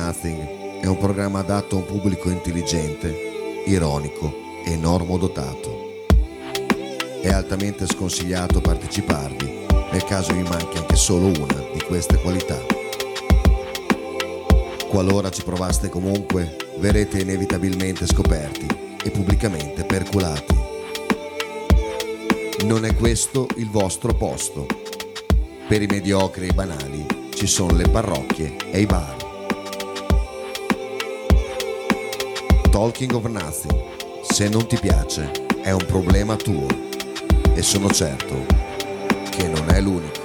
Nothing è un programma adatto a un pubblico intelligente, ironico e normodotato. È altamente sconsigliato parteciparvi nel caso vi manchi anche solo una di queste qualità. Qualora ci provaste comunque, verrete inevitabilmente scoperti e pubblicamente perculati. Non è questo il vostro posto. Per i mediocri e i banali ci sono le parrocchie e i bar. Talking of Nothing, se non ti piace, è un problema tuo e sono certo che non è l'unico.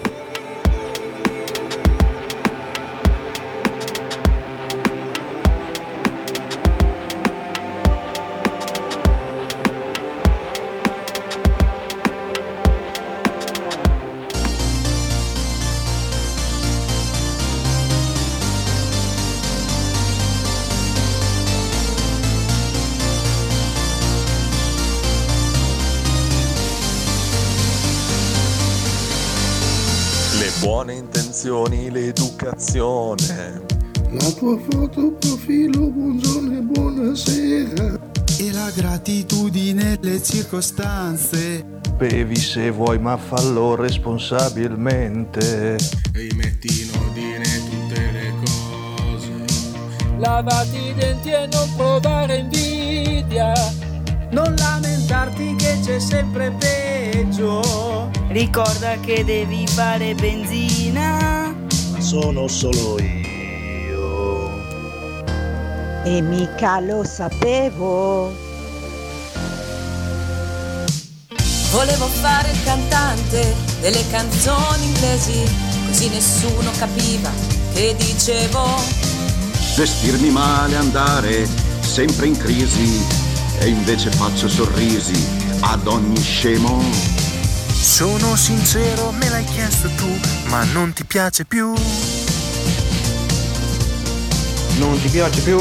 Buone intenzioni, l'educazione. La tua foto profilo, buongiorno e buonasera. E la gratitudine, le circostanze. Bevi se vuoi ma fallo responsabilmente. Rimetti in ordine tutte le cose. Lavati i denti e non provare invidia. Non lamentarti che c'è sempre peggio. Ricorda che devi fare benzina. Ma sono solo io. E mica lo sapevo. Volevo fare il cantante delle canzoni inglesi, così nessuno capiva che dicevo. Vestirmi male, andare sempre in crisi, e invece faccio sorrisi ad ogni scemo. Sono sincero, me l'hai chiesto tu, ma non ti piace più. Non ti piace più?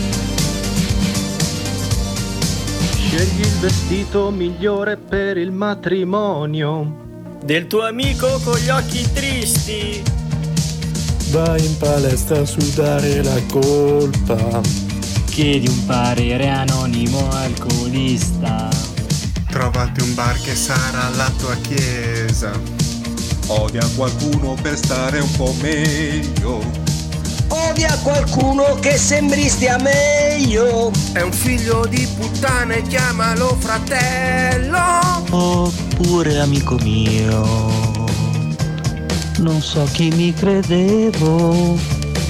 Scegli il vestito migliore per il matrimonio. Del tuo amico con gli occhi tristi. Vai in palestra a sudare la colpa. Chiedi un parere anonimo alcolista. Trovati un bar che sarà la tua chiesa. Odia qualcuno per stare un po' meglio. Odia qualcuno che sembri stia meglio. È un figlio di puttana e chiamalo fratello. Oppure amico mio, non so chi mi credevo.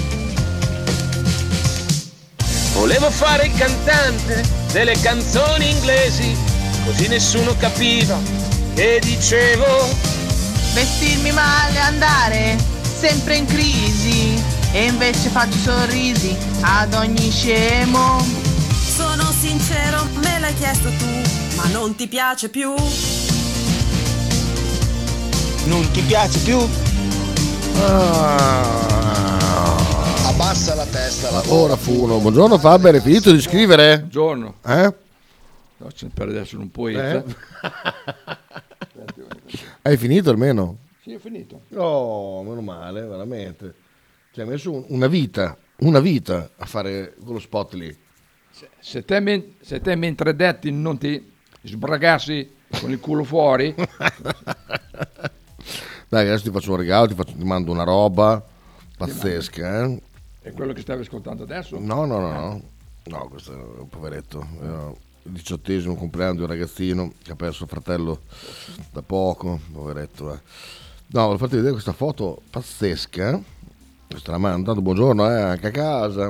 Volevo fare il cantante delle canzoni inglesi, così nessuno capiva che dicevo. Vestirmi male, andare sempre in crisi, e invece faccio sorrisi ad ogni scemo. Sono sincero, me l'hai chiesto tu, ma non ti piace più? Non ti piace più? Abbassa la testa. Ora fu uno. Buongiorno Faber, hai finito di scrivere? Buongiorno. No, per adesso un poeta. Hai finito almeno? Sì, ho finito. Oh, meno male, veramente. Ci hai messo una vita a fare quello spot lì. Se te mentre detti non ti sbragassi con il culo fuori. Dai, adesso ti faccio un regalo, ti mando una roba pazzesca, eh? È quello che stavi ascoltando adesso? No, questo è un poveretto. Il 18° compleanno di un ragazzino che ha perso il fratello da poco, poveretto. No, volevo farti vedere questa foto pazzesca. Questa la mando, buongiorno, anche a casa.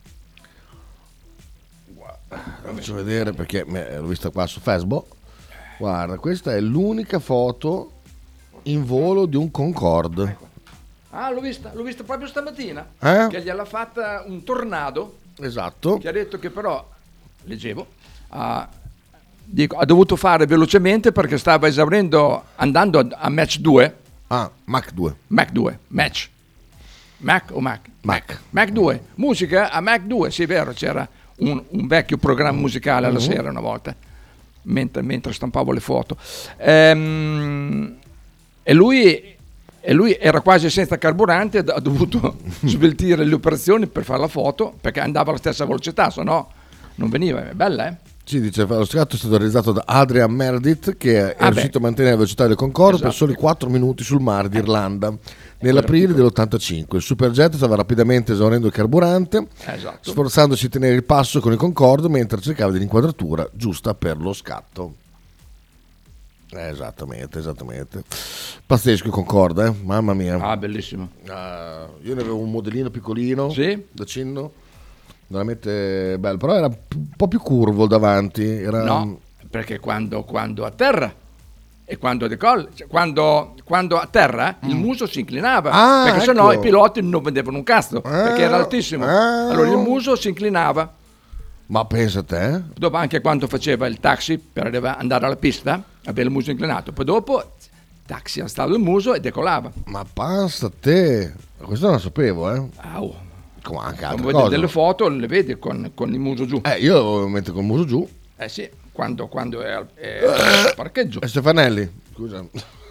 La faccio vedere perché l'ho vista qua su Facebook. Guarda, questa è l'unica foto in volo di un Concorde. Ah, l'ho vista proprio stamattina. Che gliel'ha fatta un tornado. Esatto. Che ha detto che però, leggevo, ha dovuto fare velocemente perché stava esaurendo, andando a Match 2. Mac 2. Mac 2, Match. Mac o Mac? Mac 2. Musica a Mac 2, sì, è vero, c'era un vecchio programma musicale alla sera una volta, mentre stampavo le foto. E lui e lui era quasi senza carburante, ha dovuto sveltire le operazioni per fare la foto, perché andava alla stessa velocità, se no non veniva. È bella, eh? Sì, dice, lo scatto è stato realizzato da Adrian Meredith, che è riuscito a mantenere la velocità del Concorde per soli 4 minuti sul Mar d'Irlanda nell'aprile dell'85. Il Superjet stava rapidamente esaurendo il carburante, sforzandosi di tenere il passo con il Concorde mentre cercava dell'inquadratura giusta per lo scatto. Esattamente. Pazzesco il Concorde, mamma mia. Ah, bellissimo. Io ne avevo un modellino piccolino da Cinno, veramente bello, però era un po' più curvo davanti. No, perché quando a terra e quando decolla, cioè quando a terra il muso si inclinava, perché sennò i piloti non vedevano un cazzo, perché era altissimo. Allora il muso si inclinava. Ma pensa a te. Dopo anche quando faceva il taxi per andare alla pista, aveva il muso inclinato, poi dopo taxi alzava il muso e decollava. Ma pensa a te, questo non lo sapevo, come anche altre cose. Delle foto le vedi con il muso giù. Io lo metto con il muso giù. Sì, quando è al parcheggio. Stefanelli, scusa.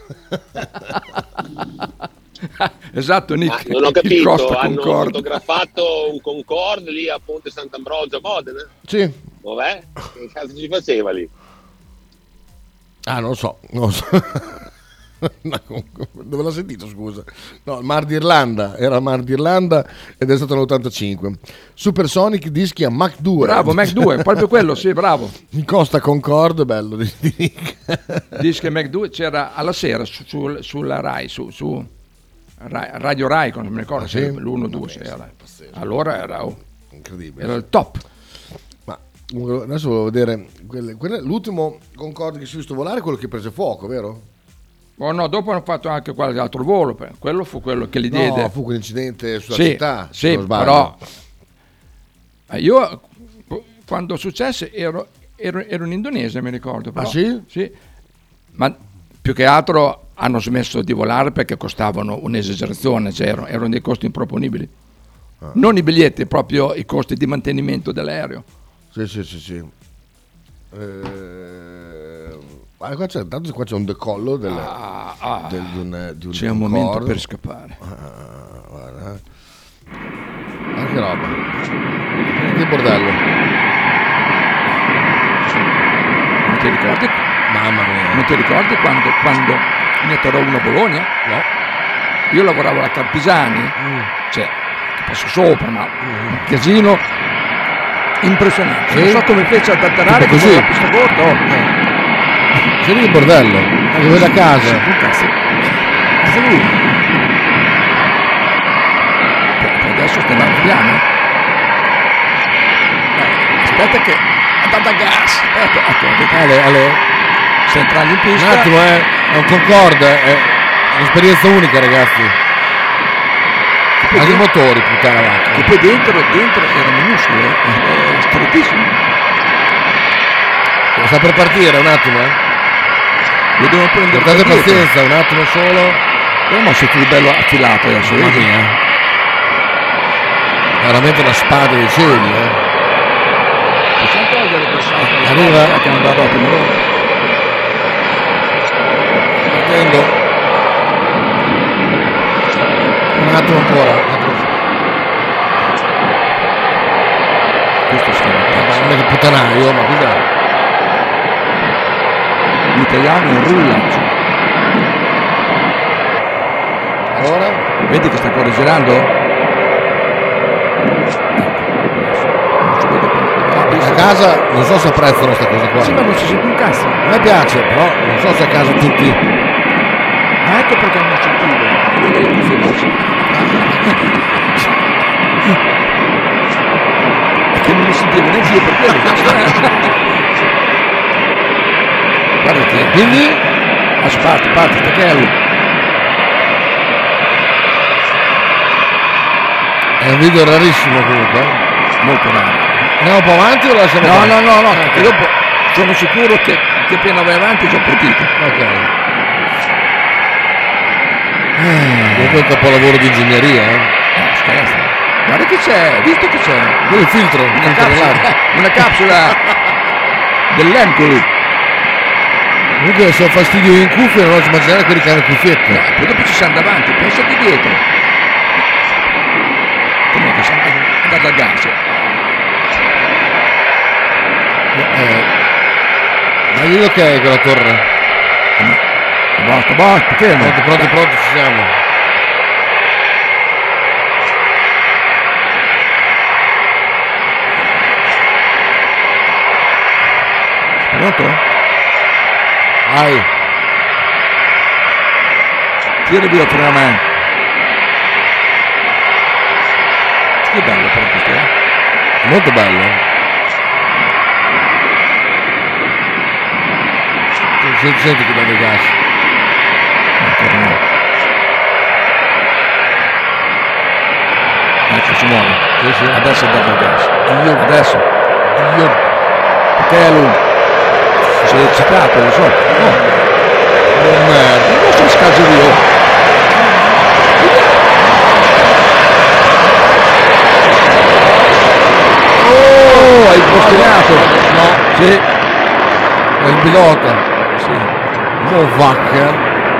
Esatto, Nick. Non ho capito, hanno Concorde. fotografato un Concorde lì a Ponte Sant'Ambrogio a Modena? Sì. Dov'è? Che cazzo ci faceva lì? Non lo so. Dove l'ho sentito, scusa? No, il Mar d'Irlanda, era il Mar d'Irlanda ed è stato nell'85. Supersonic dischi a Mach 2. Bravo, Mach 2, proprio quello, sì, bravo. In Costa Concorde, bello. Dischi a Mach 2 c'era alla sera sulla Rai, su Radio Rai, non mi ricordo se l'1-2 era. Allora era incredibile. Era il top. Ma adesso volevo vedere l'ultimo Concorde che si è visto volare, quello che prese fuoco, vero? Oh no, dopo hanno fatto anche qualche altro volo, quello fu quello che li diede. No, fu quell'incidente sulla città. Sì, però io quando successe ero in Indonesia, mi ricordo. Però, sì? Sì, ma più che altro hanno smesso di volare perché costavano un'esagerazione, cioè erano dei costi improponibili. Non i biglietti, proprio i costi di mantenimento dell'aereo. Sì. Qua c'è un decollo di un c'è un momento per scappare. Guarda. Che roba. Che bordello. Non ti ricordi? Mamma mia. Non ti ricordi quando ne atterrò uno a Bologna? No. Io lavoravo alla Carpisani, cioè che passo sopra, ma un casino impressionante. Non so come fece ad atterrare così la pista corta. C'è lì il bordello, anche voi da casa. Adesso sta andando piano. Aspetta che ha dato gas. Aspetta, Ale. Sei entrato in pista. Un attimo, è un Concorde, è un'esperienza unica, ragazzi. Anche i motori, puttana vacca. Che poi dentro era minuscolo, è strettissimo. Sta per partire, un attimo, Lo devo prendere. Portate pazienza, un attimo solo. Ma sei tu bello affilato adesso. Mamma mia. Veramente una spada dei cieli, Possiamo togliere per salto? Arriva. Che non va ottimo. Partendo. Un attimo ancora. Questo schema. Non è che puttanaio, ma cos'è? L'italiano è un rullaccio. Allora? Vedi che sta ancora girando? A casa non so se apprezzano questa cosa qua. Sì, ma non si sente un cazzo. A me piace, però non so se a casa tutti. Ecco perché non sentivo. Vedo le cuffie basse. È che non mi sentivo neanche io per quello. Guardate, quindi parte, Tachello. È un video rarissimo comunque. Molto raro. Andiamo un po' avanti o lasciamo fare? No, perché dopo sono sicuro che appena vai avanti è già partito. Ok. Comunque è un capolavoro di ingegneria, Scherzo. Guarda che c'è, visto che c'è. Quello è il filtro. Una capsula dell'Emcoli. Comunque se ho fastidio in cuffia non oso immaginare quelli che hanno cuffiette. No, poi dopo ci siamo davanti, pensa di dietro. Come che siamo andati al gas? Ma io ok con la torre. Basta, fermo. Pronto, ci siamo. Pronto? Vai. Tira via il freno a mano. Che bello però questo, È molto bello. Senti che dà il gas. Ecco, si muove. Sì. Adesso dà il gas. Adesso. Perché lui? Sei eccitato, lo so. Oh merda. Non so scalzo io. Oh, hai postinato. No. Sì. È il pilota. Sì. Vacca.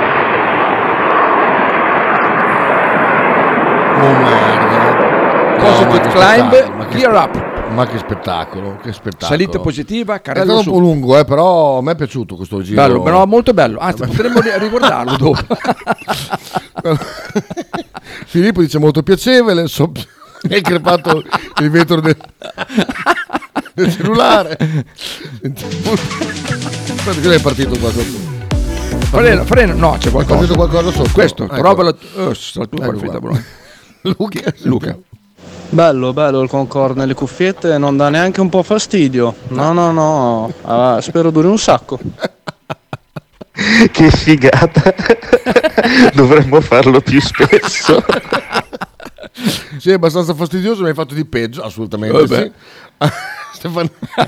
Merda. Positive climb, gear up. Ma che spettacolo, Salita positiva, è carrello stato su. un po' lungo, però a me è piaciuto questo giro. Bello, però molto bello. Anzi, potremmo riguardarlo dopo. Filippo dice molto piacevole, mi hai crepato il vetro del cellulare. Guarda che è partito qua sotto. Freno, no, c'è qualcosa. È partito qualcosa sotto. Questo, ecco. roba la tua perfetta Bologna. Luca. Bello il Concorde nelle cuffiette, non dà neanche un po' fastidio. No. Spero duri un sacco. Che figata. Dovremmo farlo più spesso. Sì, è abbastanza fastidioso, mi hai fatto di peggio, assolutamente. Sì. Stefano.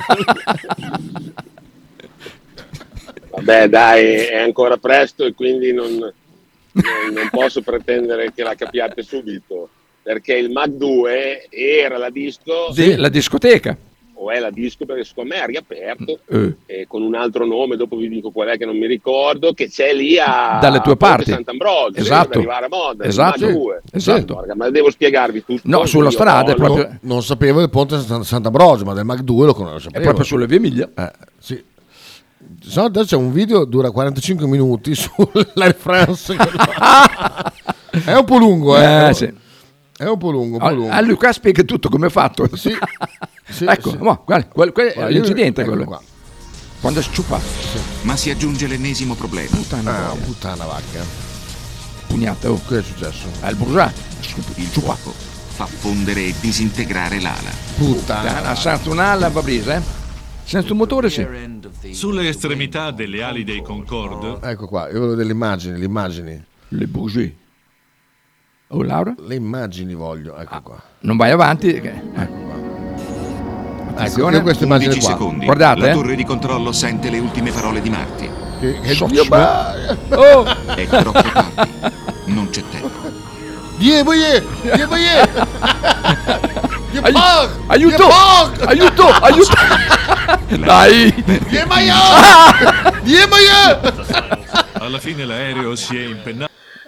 Vabbè, dai, è ancora presto e quindi non posso pretendere che la capiate subito, perché il Mac 2 era la disco. Sì, la discoteca. O è la disco, perché secondo me è riaperto con un altro nome, dopo vi dico qual è che non mi ricordo, che c'è lì dalle tue parti. Sant'Ambrogio, Esatto. per arrivare a Moda. Esatto. Il Mac 2. Esatto. Porca, ma devo spiegarvi tutto. No, sulla strada è proprio. Non sapevo del ponte Sant'Ambrogio, ma del Mac 2 lo conosco. È proprio sulle vie Miglia. Sì. Adesso c'è un video, dura 45 minuti sull'Air France. È un po' lungo, Sì. È un po' lungo. A Luca spiega tutto come è fatto. Sì. Ecco, sì. Guarda, è l'incidente quello. Qua. Quando è sciupato. Sì. Ma si aggiunge l'ennesimo problema. Puttana vacca. Pugnata. Che è successo? Il bourgeois. Il fuoco fa fondere e disintegrare l'ala. Puttana. Senza un'ala va brisa, Senza un motore sì. Sulle estremità delle ali dei Concorde. Ecco qua, io voglio delle immagini. Le bougie. Oh Laura? Le immagini voglio, ecco qua. Non vai avanti. Ecco qua. Attenzione. Ecco queste immagini 11 qua. secondi. Guardate. La torre di controllo sente le ultime parole di Marti. Che Oh! È troppo tardi. Non c'è tempo. Diego! Aiuto! Dai! Alla fine l'aereo si è impennato.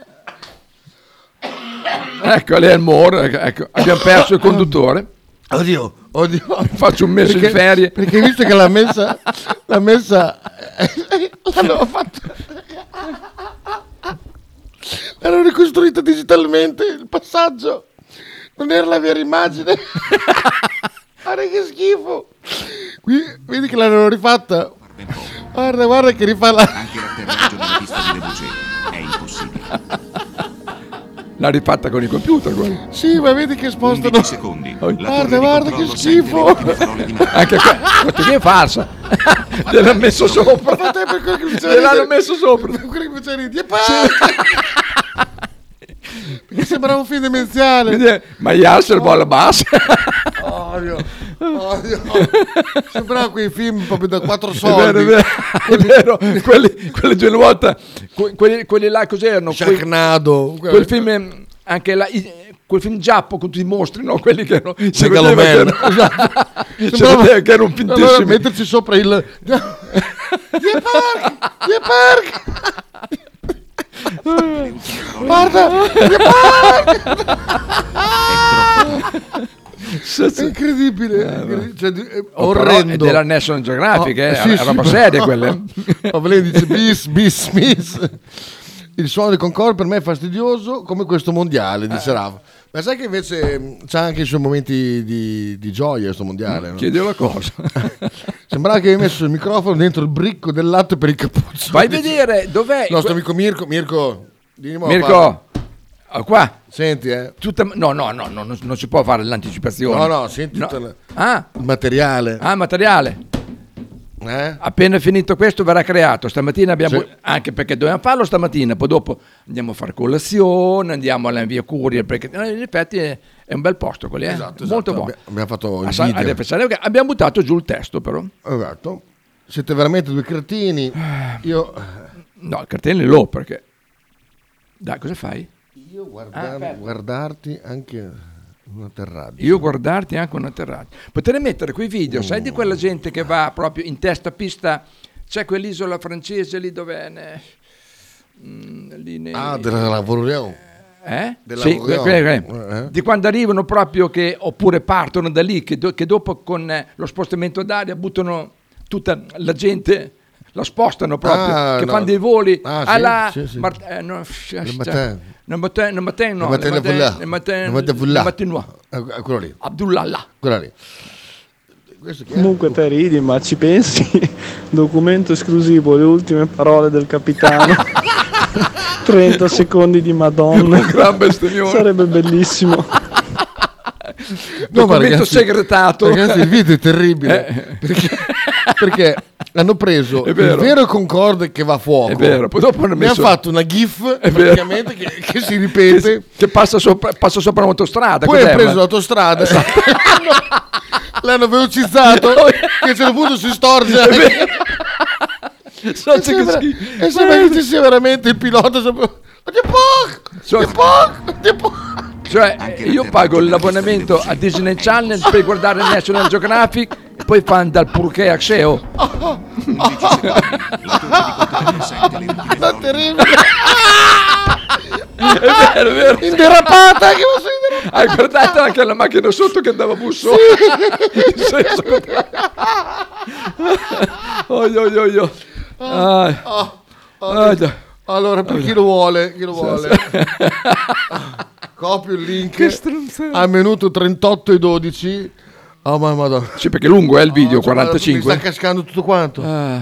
Ecco, lì è il Moore. Ecco, abbiamo perso il conduttore. Oddio. Faccio un mese in ferie. Perché visto che l'ha messa l'hanno fatto. L'hanno ricostruita digitalmente il passaggio. Non era la vera immagine. Guarda che schifo. Qui vedi che l'hanno rifatta. Guarda che rifà la. Anche l'atterraggio della pista di Debouché è impossibile. L'ha rifatta con i computer, guarda. Sì, ma vedi che spostano. 11 secondi. Guarda che schifo. Anche questa qui è falsa. L'hanno messo sopra. L'hanno messo sopra. Quelli che facevano ridere. Perché sembrava un film demenziale. Ma Yasser vola bassa. Odio. Sembrava quei film proprio da 4 soldi. È vero. quelli di una volta. Quelli là cos'erano? Sharknado. Quel film anche là. quel film giappo con tutti i mostri, no? Quelli che erano... Si Megaloman. vedeva che erano fintissimi. Allora metterci sopra il... Guarda! È incredibile, cioè, è orrendo. È della National Geographic, sì, è roba seria quelle. Dice bis. Il suono di Concorde per me è fastidioso come questo mondiale, dice Rafa. Ma sai che invece c'ha anche i suoi momenti di gioia questo mondiale, no? Chiedi una cosa. Sembrava che avevi messo il microfono dentro il bricco del latte per il cappuccio. Vai a vedere dov'è il nostro amico Mirko. Mirko, qua. Senti, No, non si può fare l'anticipazione. No, senti no. il materiale. Materiale. Appena finito questo verrà creato. Stamattina abbiamo anche perché dobbiamo farlo stamattina, poi dopo andiamo a fare colazione, andiamo alla via Courier, perché in effetti è un bel posto quelli, Esatto. Molto buono. Abbiamo fatto il video. Abbiamo buttato giù il testo però. Esatto. Siete veramente due cretini. Io no, il cartello perché dai, cosa fai? Io guardarti anche un atterraggio. Potrei mettere quei video, sai di quella gente che va proprio in testa pista, c'è quell'isola francese lì dove della Lavorion. Sì, di quando arrivano proprio oppure partono da lì che dopo con lo spostamento d'aria buttano tutta la gente, la spostano proprio, fanno dei voli alla Abdullah. Comunque te ridi, ma ci pensi? Documento esclusivo, le ultime parole del capitano. 30 secondi di Madonna. Gran bestemmione. Sarebbe bellissimo. Documento segretato. Ragazzi, il video è terribile perché hanno preso il vero Concorde che va a fuoco. È vero. Poi dopo hanno fatto una gif praticamente che si ripete, che passa sopra un'autostrada. Poi hanno preso l'autostrada, l'hanno velocizzato, che a un certo punto si storge. E sembra che sia veramente il pilota. Cioè, io pago l'abbonamento a Disney Channel per guardare National Geographic e poi fanno dal Purché a Xeo. È terribile. È vero. Inderapata. Hai guardato anche la macchina sotto che andava busso? In senso allora, per chi lo vuole, copio il link al minuto 38:12. Oh ma madonna. Sì, perché è lungo il video, 45. Mi sta cascando tutto quanto.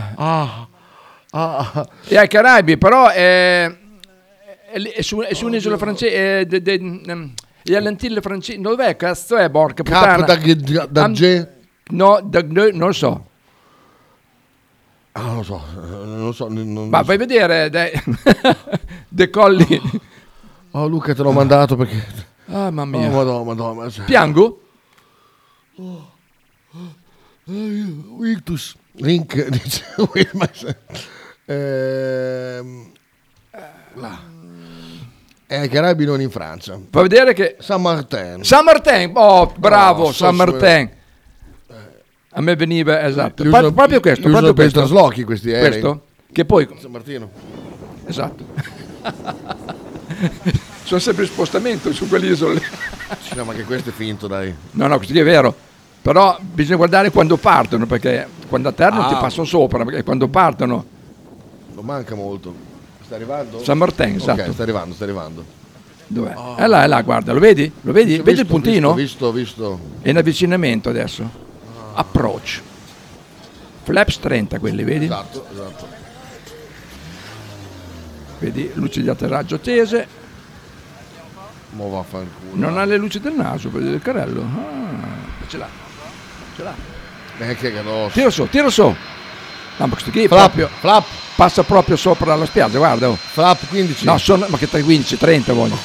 E ai Caraibi, però è su un'isola francese, e alle Antille francesi. Dov'è? Cazzo è, porca puttana? No, non lo so. Non lo so. Ma vai a vedere, decolli. Oh Luca, te l'ho mandato perché... mamma mia. Madonna. Piango? Victus. Link, dice... ai Caraibi, non in Francia. Fa vedere che... Saint-Martin. Oh, bravo, Saint-Martin. A me veniva, esatto, proprio questo. Proprio per i traslochi questi aerei. Questo? Che poi... San Martino. Esatto. Sono sempre in spostamento su quell'isola. No, ma che questo è finto, dai. No, questo è vero. Però bisogna guardare quando partono, perché quando atterrano ti passano sopra, perché quando partono... Non manca molto. Sta arrivando? San Martin, esatto. Ok, sta arrivando. Dov'è? È là, guarda, lo vedi? Vedi il puntino? Visto. È in avvicinamento adesso. Approach. Flaps 30 quelli, vedi? Esatto. Vedi, luci di atterraggio accese. Mo vaffanculo. Non ha le luci del naso, del carrello. Ce l'ha. Che grosso. Tiro su. No, ma questo qui flap. Passa proprio sopra la spiaggia, guarda. Flap 15. No, ma che 15, 30 voglio.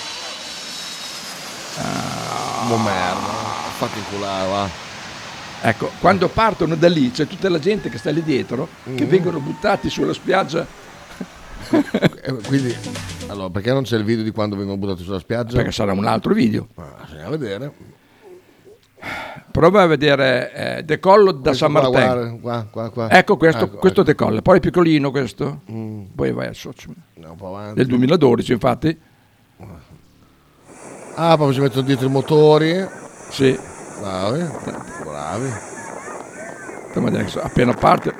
Merda. Fatti inculare, va. Ecco, quando partono da lì c'è tutta la gente che sta lì dietro, che vengono buttati sulla spiaggia. Quindi Allora, perché non c'è il video di quando vengono buttati sulla spiaggia? Perché sarà un altro video. Bisogna vedere. Prova a vedere decollo da Questo San Martin. Qua. Ecco questo decollo, poi è piccolino questo. Poi vai al socio. Un po' avanti. Del 2012 infatti. Ah, poi ci mettono dietro i motori. Sì. Bravi. Appena parte.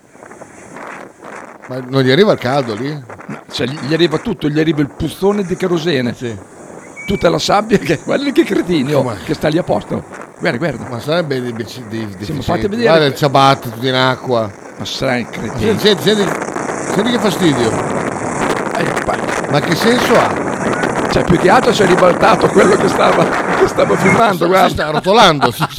Ma non gli arriva il caldo lì? No, cioè, gli arriva tutto, gli arriva il puzzone di kerosene. Sì. Tutta la sabbia, guarda che cretini, che sta lì a posto. Guarda. Ma sarebbe di ma fate vedere. Guarda il ciabatte tutto in acqua. Ma sarai cretino. Senti che fastidio. Ma che senso ha? Cioè, più che altro si è ribaltato quello che stava filmando, guarda. Si sta rotolando, sì.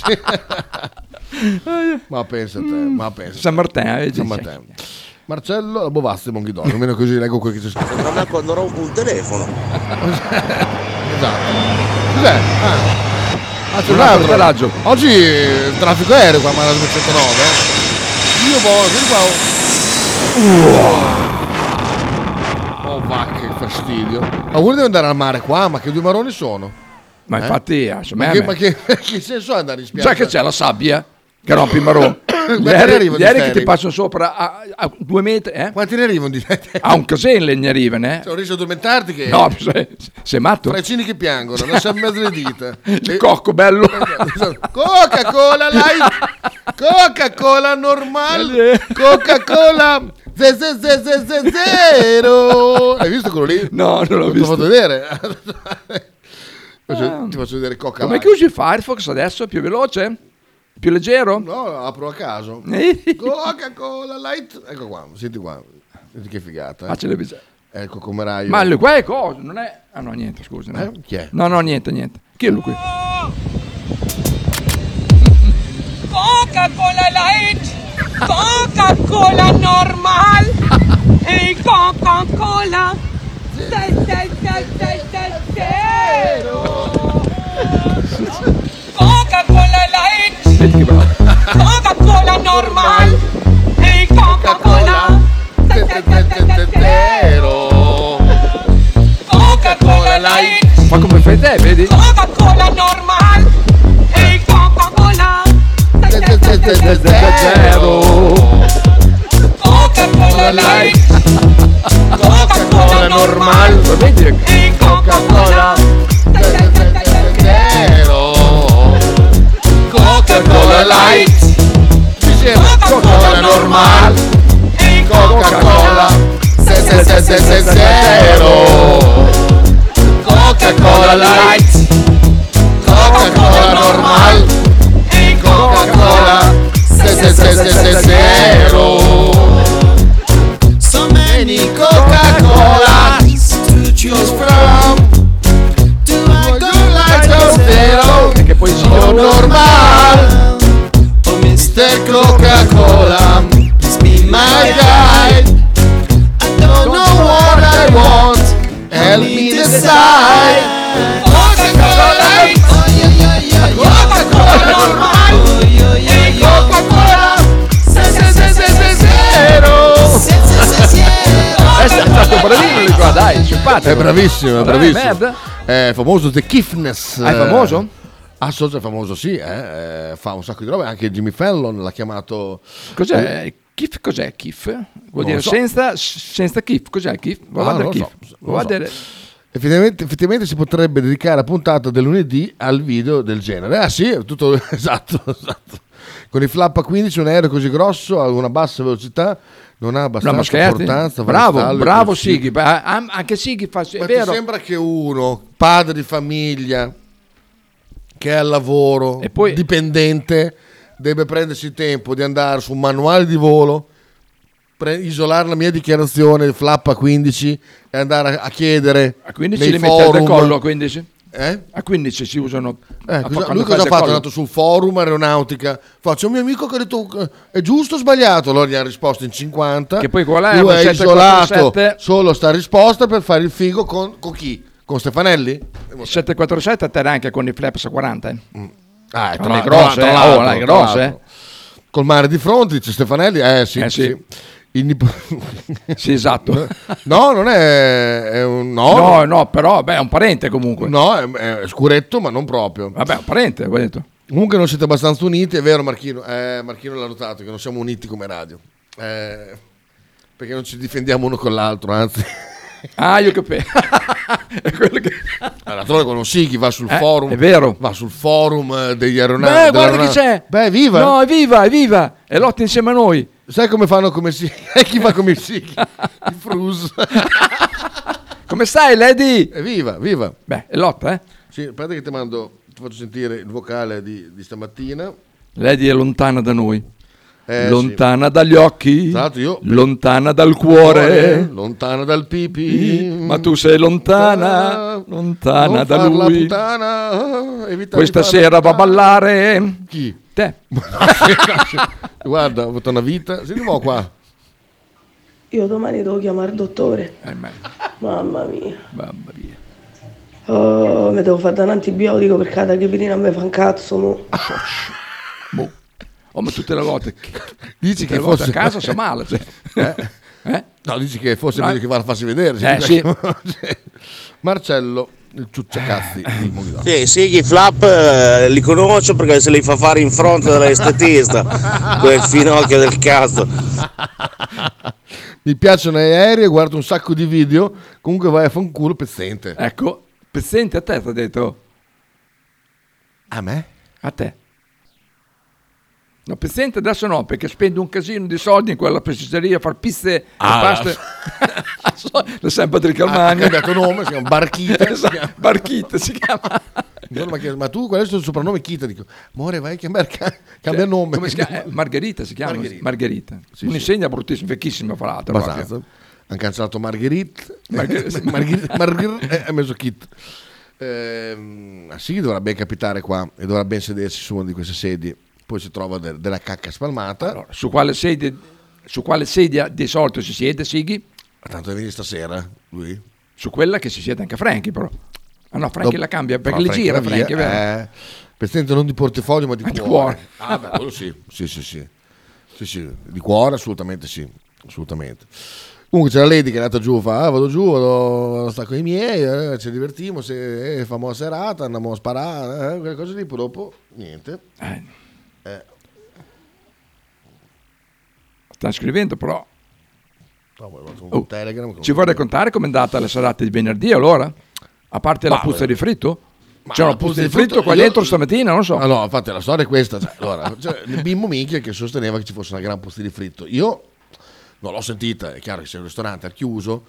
Ma pensa a te, San Martin, San Martin. Marcello Bovazzi Monghidoro, almeno così leggo quel che c'è scritto. Non è quando rompo un telefono. Esatto. Cos'è? C'è un altro altro. Oggi il traffico aereo qua, ma la 209. Io Oh va, che fastidio. Ma uno deve andare al mare qua, ma che due maroni sono? Ma infatti, ma che senso è andare in spiaggia? Sai che c'è la sabbia che rompe il marò. Ieri che ti passano sopra a 2 metri, Quanti ne arrivano di te? A un caselle ne arrivano, C'è un rischio di addormentarti che... No, sei matto. Francini che piangono, lascia in mezzo le dita. Il cocco bello. Coca-Cola light, Coca-Cola normal, Coca-Cola zero. Hai visto quello lì? No, non l'ho visto. Ti fatto vedere. Ti faccio vedere Coca-Cola. Come che usi Firefox adesso? Più veloce? Più leggero? No, apro a caso. Coca-Cola light. Ecco qua, senti qua. Senti che figata. Ah, ce l'hai visto. Ecco come Rai. Ma lui qua è cosa? Non è... Ah no, niente, scusa. No. Chi è? No, niente. Chi è lui qui? Coca-Cola light, Coca-Cola normal e Coca-Cola zero. Coca-Cola light, Coca-Cola normal e Coca-Cola zero. Coca-Cola light. Ma come fai te, vedi? Coca-Cola normal e Coca-Cola zero. Coca-Cola light, Coca-Cola normal e Coca-Cola zero. Coca-Cola light, Coca-Cola normal e Coca-Cola zero. Coca-Cola light, Coca-Cola normal e Coca-Cola zero. So many Coca-Colas to choose from. Do I go like zero? E che poi si normal. Oh Mr. Coca-Cola, please be my guide. I don't know what I want. Help me decide. Coca-Cola light, Coca-Cola normal, Coca-Cola zero. È stato bravino lui qua, dai, simpatico. È bravissimo, merda. È famoso The Kiffness. È famoso? È famoso, sì. Fa un sacco di robe. Anche Jimmy Fallon l'ha chiamato. Cos'è? Kiff? Cos'è Kiff? Vuol dire senza Kiff. Cos'è Kiff? Effettivamente si potrebbe dedicare a puntata del lunedì al video del genere. Ah sì, tutto esatto. Con i flap a 15 un aereo così grosso a una bassa velocità non ha abbastanza importanza. Bravo Sighi. Anche Sighi fa... Ma è vero. ti sembra che uno, padre di famiglia, che è al lavoro, e poi... dipendente, deve prendersi il tempo di andare su un manuale di volo, isolare la mia dichiarazione, il flap a 15 e andare a chiedere a 15 nei li forum. mette al decollo a 15? A 15 si usano. Lui cosa ha fatto? È andato sul forum aeronautica. Faccio un mio amico che ha detto è giusto o sbagliato? Allora gli ha risposto in 50. Che poi qual è? Lui è isolato solo sta risposta per fare il figo con chi? Con Stefanelli? 747 atterra anche con i flaps a 40. È grosse, grosse. Col mare di fronte, dice Stefanelli. Sì. Sì, esatto. No, non è un No, però è un parente comunque. No, è scuretto, ma non proprio. Vabbè, è un parente, ho detto. Comunque non siete abbastanza uniti, è vero Marchino? Marchino l'ha notato, che non siamo uniti come radio. Perché non ci difendiamo uno con l'altro, anzi. Ah, io capisco. È quello che... Allora, con Sighi va sul forum. È vero. Va sul forum degli aeronauti. Guarda chi c'è. Beh, viva. No, è viva. E lotta insieme a noi. Sai come fanno come Sighi? Chi fa come Sighi? Il Frus. Come stai, Lady? Viva. Beh, è lotta, Sì, aspetta che ti faccio sentire il vocale di stamattina. Lady è lontana da noi. Lontana sì. dagli occhi, lontana dal cuore, lontana dal pipì, ma tu sei lontana da lui. Puttana, questa sera va a ballare. Chi? Te. Guarda, ho avuto una vita. Sentiamo qua. Io domani devo chiamare il dottore. Mamma mia. Mi devo fare da un antibiotico perché la tachipirina a me fa un cazzo. Mo. Ma tutte le volte dici che fosse a casa sa male, No, dici che fosse meglio che va a farsi vedere. Sì. Marcello, il ciucciacazzi di Mogliano. Sì, Sighi Flap li conosco perché se li fa fare in fronte dall'estetista quel finocchio del cazzo. Mi piacciono gli aerei, guardo un sacco di video. Comunque vai a fanculo Pezzente. Ecco, Pezzente a te ti ha detto. A me? A te. No, Pezzente adesso no, perché spendo un casino di soldi in quella pasticceria a far pizze e paste. Lo sempre Patrick Armani. Ha cambiato nome, si chiama Barchita. Barchita si chiama. Ma tu qual è il tuo soprannome? Chita? Dico, amore, vai a chiamare, cambia nome. Come si chiama? Margherita si chiama. Margherita. Sì, Un'insegna bruttissima, vecchissima fra l'altro. Abbastanza. Hanno cancellato Margherita. Ha messo Kit. Sì, dovrebbe capitare qua e dovrebbe ben sedersi su una di queste sedie. Poi si trova della cacca spalmata. Allora, su quale sedia di solito si siede Sighi? Tanto è venire stasera lui? Su quella che si siede anche Franchi però. Ah no, Franchi la cambia perché le gira Franchi, vero? Presidente non di portafoglio ma di cuore. Ah beh, quello sì. Sì, di cuore assolutamente sì, assolutamente. Comunque c'è la Lady che è andata giù, vado giù, vado a stare con i miei, ci divertiamo, famo la serata, andiamo a sparare, quelle cose lì, poi dopo niente. Sta scrivendo però. Telegram, ci vuoi raccontare com'è andata la serata di venerdì allora? A parte la puzza di fritto? C'è una puzza di fritto qua dentro stamattina, non so. No, infatti la storia è questa. Allora, il bimbo minchia che sosteneva che ci fosse una gran puzza di fritto. Io non l'ho sentita, è chiaro che se il ristorante è chiuso,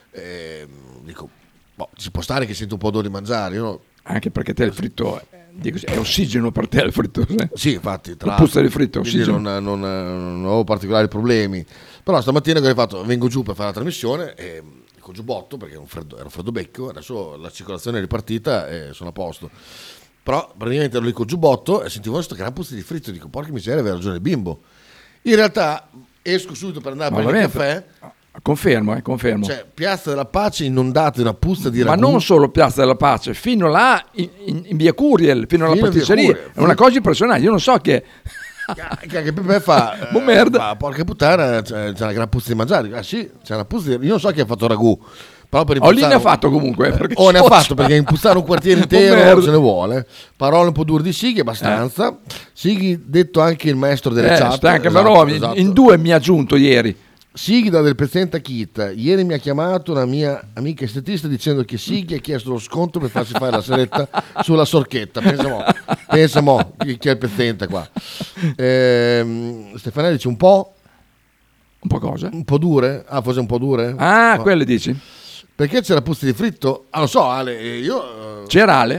dico, ci può stare che sento un po' d'odore di mangiare, no? Anche perché te il fritto è ossigeno per te il fritto. Sì, infatti, la puzza di fritto è ossigeno. Non ho particolari problemi. Però stamattina che ho fatto, vengo giù per fare la trasmissione e con giubbotto perché era un freddo becco, adesso la circolazione è ripartita e sono a posto. Però praticamente ero lì con giubbotto e sentivo questo gran puzza di fritto, dico porca miseria, aveva ragione il bimbo. In realtà esco subito per andare a prendere il caffè. Confermo. Cioè, Piazza della Pace inondata di una puzza di ragù. Ma non solo Piazza della Pace, fino là in via Curiel, fino alla pasticceria. È una cosa impressionante, io non so che per me fa merda. Porca puttana, c'è una gran puzza di mangiare. Sì, c'è una puzza io non so chi ha fatto ragù. Però per lì ne ha fatto comunque. Ne ha fatto perché impustare un quartiere intero ce ne vuole. Parole un po' dure di Sighi, abbastanza. Sighi, detto anche il maestro delle chat. Anche esatto. In due mi ha aggiunto ieri. Sighi dà del Pezzente a Kit. Ieri mi ha chiamato una mia amica estetista dicendo che Sighi ha chiesto lo sconto per farsi fare la seretta sulla sorchetta. Pensa mo chi è il Pezzente qua. Stefanelli dice un po' cosa? Un po' dure? Ah, forse un po' dure? Ah, quelle dici? Perché c'era puzza di fritto? Ah, lo so, Ale, io... C'era Ale?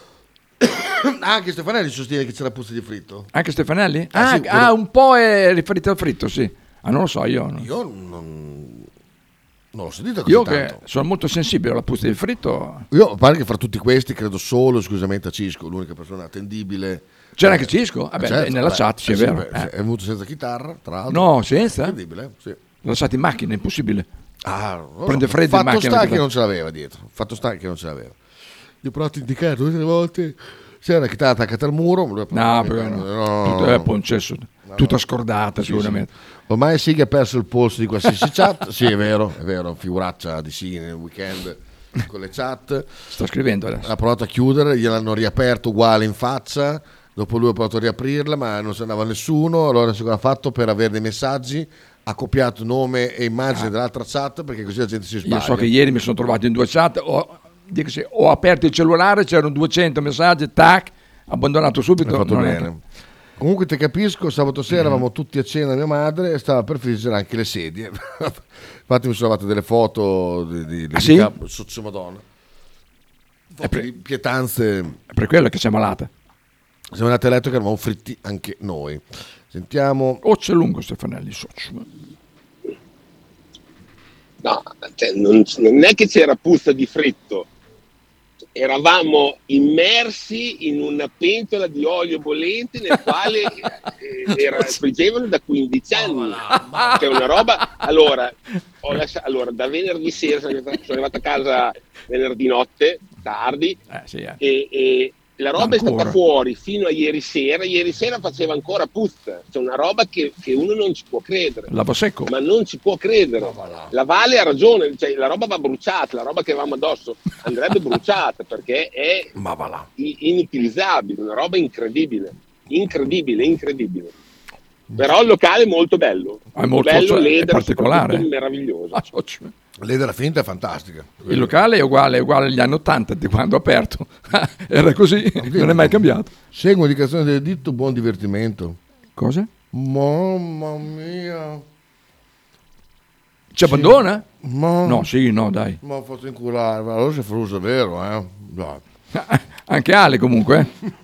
Anche Stefanelli sostiene che c'era puzza di fritto. Anche Stefanelli? Sì, un po' è riferito al fritto, sì. Non lo so, io non l'ho sentito così io tanto. Che sono molto sensibile alla puzza di fritto. Io pare che fra tutti questi credo solo esclusivamente a Cisco, l'unica persona attendibile. C'era anche Cisco? Certo, nella chat, sì, è vero. È venuto senza chitarra, tra l'altro. No, senza? Incredibile, sì. Lasciato in macchina, è impossibile. Prende freddo in macchina. Fatto sta che non ce l'aveva dietro. Io ho provato a indicare 2 o 3 volte. C'era la chitarra attaccata al muro. Tutto è concesso. Tutta scordata sicuramente. Sì. Ormai Sighi ha perso il polso di qualsiasi chat. Sì, è vero, figuraccia di sì nel weekend. con le chat. Sto scrivendo adesso. Ha provato a chiudere, gliel'hanno riaperto uguale in faccia. Dopo lui ha provato a riaprirla, ma non se ne andava nessuno. Allora cosa ha fatto per avere dei messaggi? Ha copiato nome e immagine dell'altra chat, perché così la gente si sbaglia. Io so che ieri mi sono trovato in 2 chat, ho aperto il cellulare, c'erano 200 messaggi, tac, abbandonato subito. Hai fatto bene. Comunque ti capisco, sabato sera eravamo tutti a cena da mia madre e stava per friggere anche le sedie. Infatti mi sono fatte delle foto di sì? Sotto Madonna. Di pietanze. È per quello che sei malata. Siamo andati a letto che eravamo fritti anche noi. Sentiamo. C'è lungo Stefanelli. No, cioè, non è che c'era puzza di fritto. Eravamo immersi in una pentola di olio bollente nel quale friggevano da 15 anni. Cioè una roba. Allora, da venerdì sera sono arrivato a casa venerdì notte, tardi, e la roba è stata fuori fino a ieri sera. Ieri sera faceva ancora puzza. C'è una roba che uno non ci può credere. Lava secco. Ma non ci può credere. La Vale ha ragione, cioè, la roba va bruciata, la roba che avevamo addosso andrebbe bruciata perché è inutilizzabile, una roba incredibile. Però il locale è molto bello. È molto bello, Leder, è particolare. Meraviglioso. Leder finta è fantastica. Il locale è uguale agli anni 80 di quando ho aperto. Era così, non è mai cambiato. Segue indicazione del dito, buon divertimento. Cosa? Mamma mia. Ci abbandona? Ma... No, dai. Ma ho fatto inculare, ma allora si è fruso, vero, Dai. Anche Ale comunque.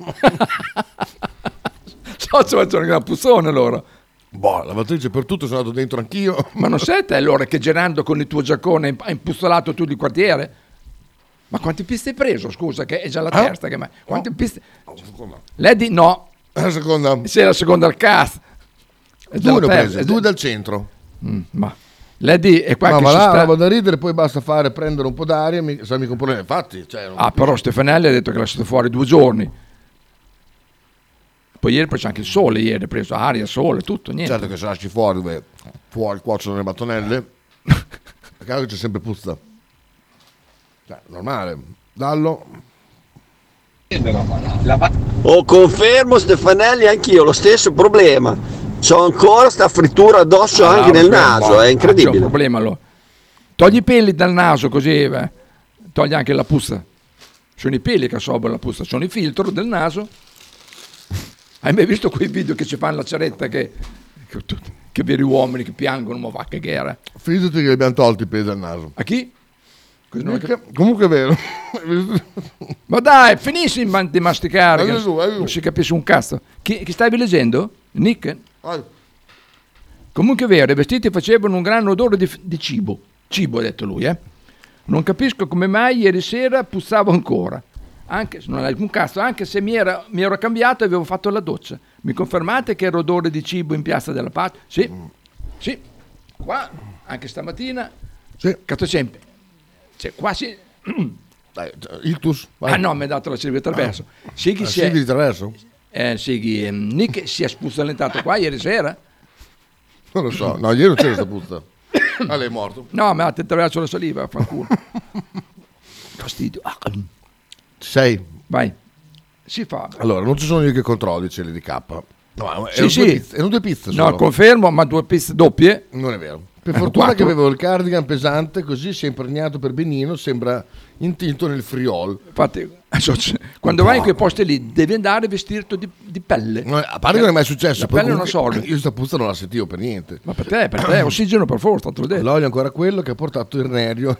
Ci faccio una puzzone loro. Lavatrice per tutto, sono andato dentro anch'io. Ma non sei te allora che girando con il tuo giaccone hai impuzzolato tu di quartiere? Ma quante piste hai preso? Scusa, che è già la terza. Che quante piste? Lady no. La seconda. Sei la seconda al cast. Due dal centro. Ma Lady è qua che vado da ridere, poi basta prendere un po' d'aria, mi comporre. Infatti. Però Stefanelli ha detto che l'ha lasciato fuori 2 giorni. Poi ieri c'è anche il sole, ieri ha preso aria, sole, tutto, niente. Certo che se lasci fuori cuociono le mattonelle, a caso c'è sempre puzza. Normale. Dallo. Confermo Stefanelli, anch'io lo stesso problema. C'ho ancora sta frittura addosso anche nel naso, è incredibile. C'è un problema allora. Togli i peli dal naso così, togli anche la puzza. Sono i peli che assorbono la puzza, sono i filtri del naso. Hai mai visto quei video che ci fanno la ceretta che veri uomini che piangono, ma va che gara. Fidati che li abbiamo tolti i peli dal naso. A chi? Comunque è vero. Ma dai, finisci di masticare. Non si capisce un cazzo. Chi stavi leggendo? Nick? Comunque è vero, i vestiti facevano un gran odore di cibo. Cibo, ha detto lui, Non capisco come mai ieri sera puzzavo ancora. Anche se non è alcun cazzo, anche se mi ero cambiato e avevo fatto la doccia. Mi confermate che era odore di cibo in Piazza della Pace? Sì. Qua, anche stamattina. Sì. Cazzo sempre. Cioè, qua si... Dai, ictus. Ah no, mi ha dato la Silvia Traverso. Sighi Silvia Traverso? Sighi, Nick si è spuzzolentato qua ieri sera. Non lo so. No, ieri non c'era questa puzza. Lei è morto. No, mi ha attraverso la saliva, fanculo. Fastidio. Sei? Vai. Si fa. Allora, non ci sono io che controlli i l'EDK. No, erano 2 pizze solo. No, confermo, ma 2 pizze doppie? Non è vero. Per fortuna 4. Che avevo il cardigan pesante, così si è impregnato per benino, sembra intinto nel friol. Infatti, quando vai in quei posti lì, devi andare vestito di pelle. No, a parte che non è mai successo. La pelle è una sola. Io sta puzza non la sentivo per niente. Ma per te, ossigeno per forza, te l'ho detto. L'olio è ancora quello che ha portato il nerio.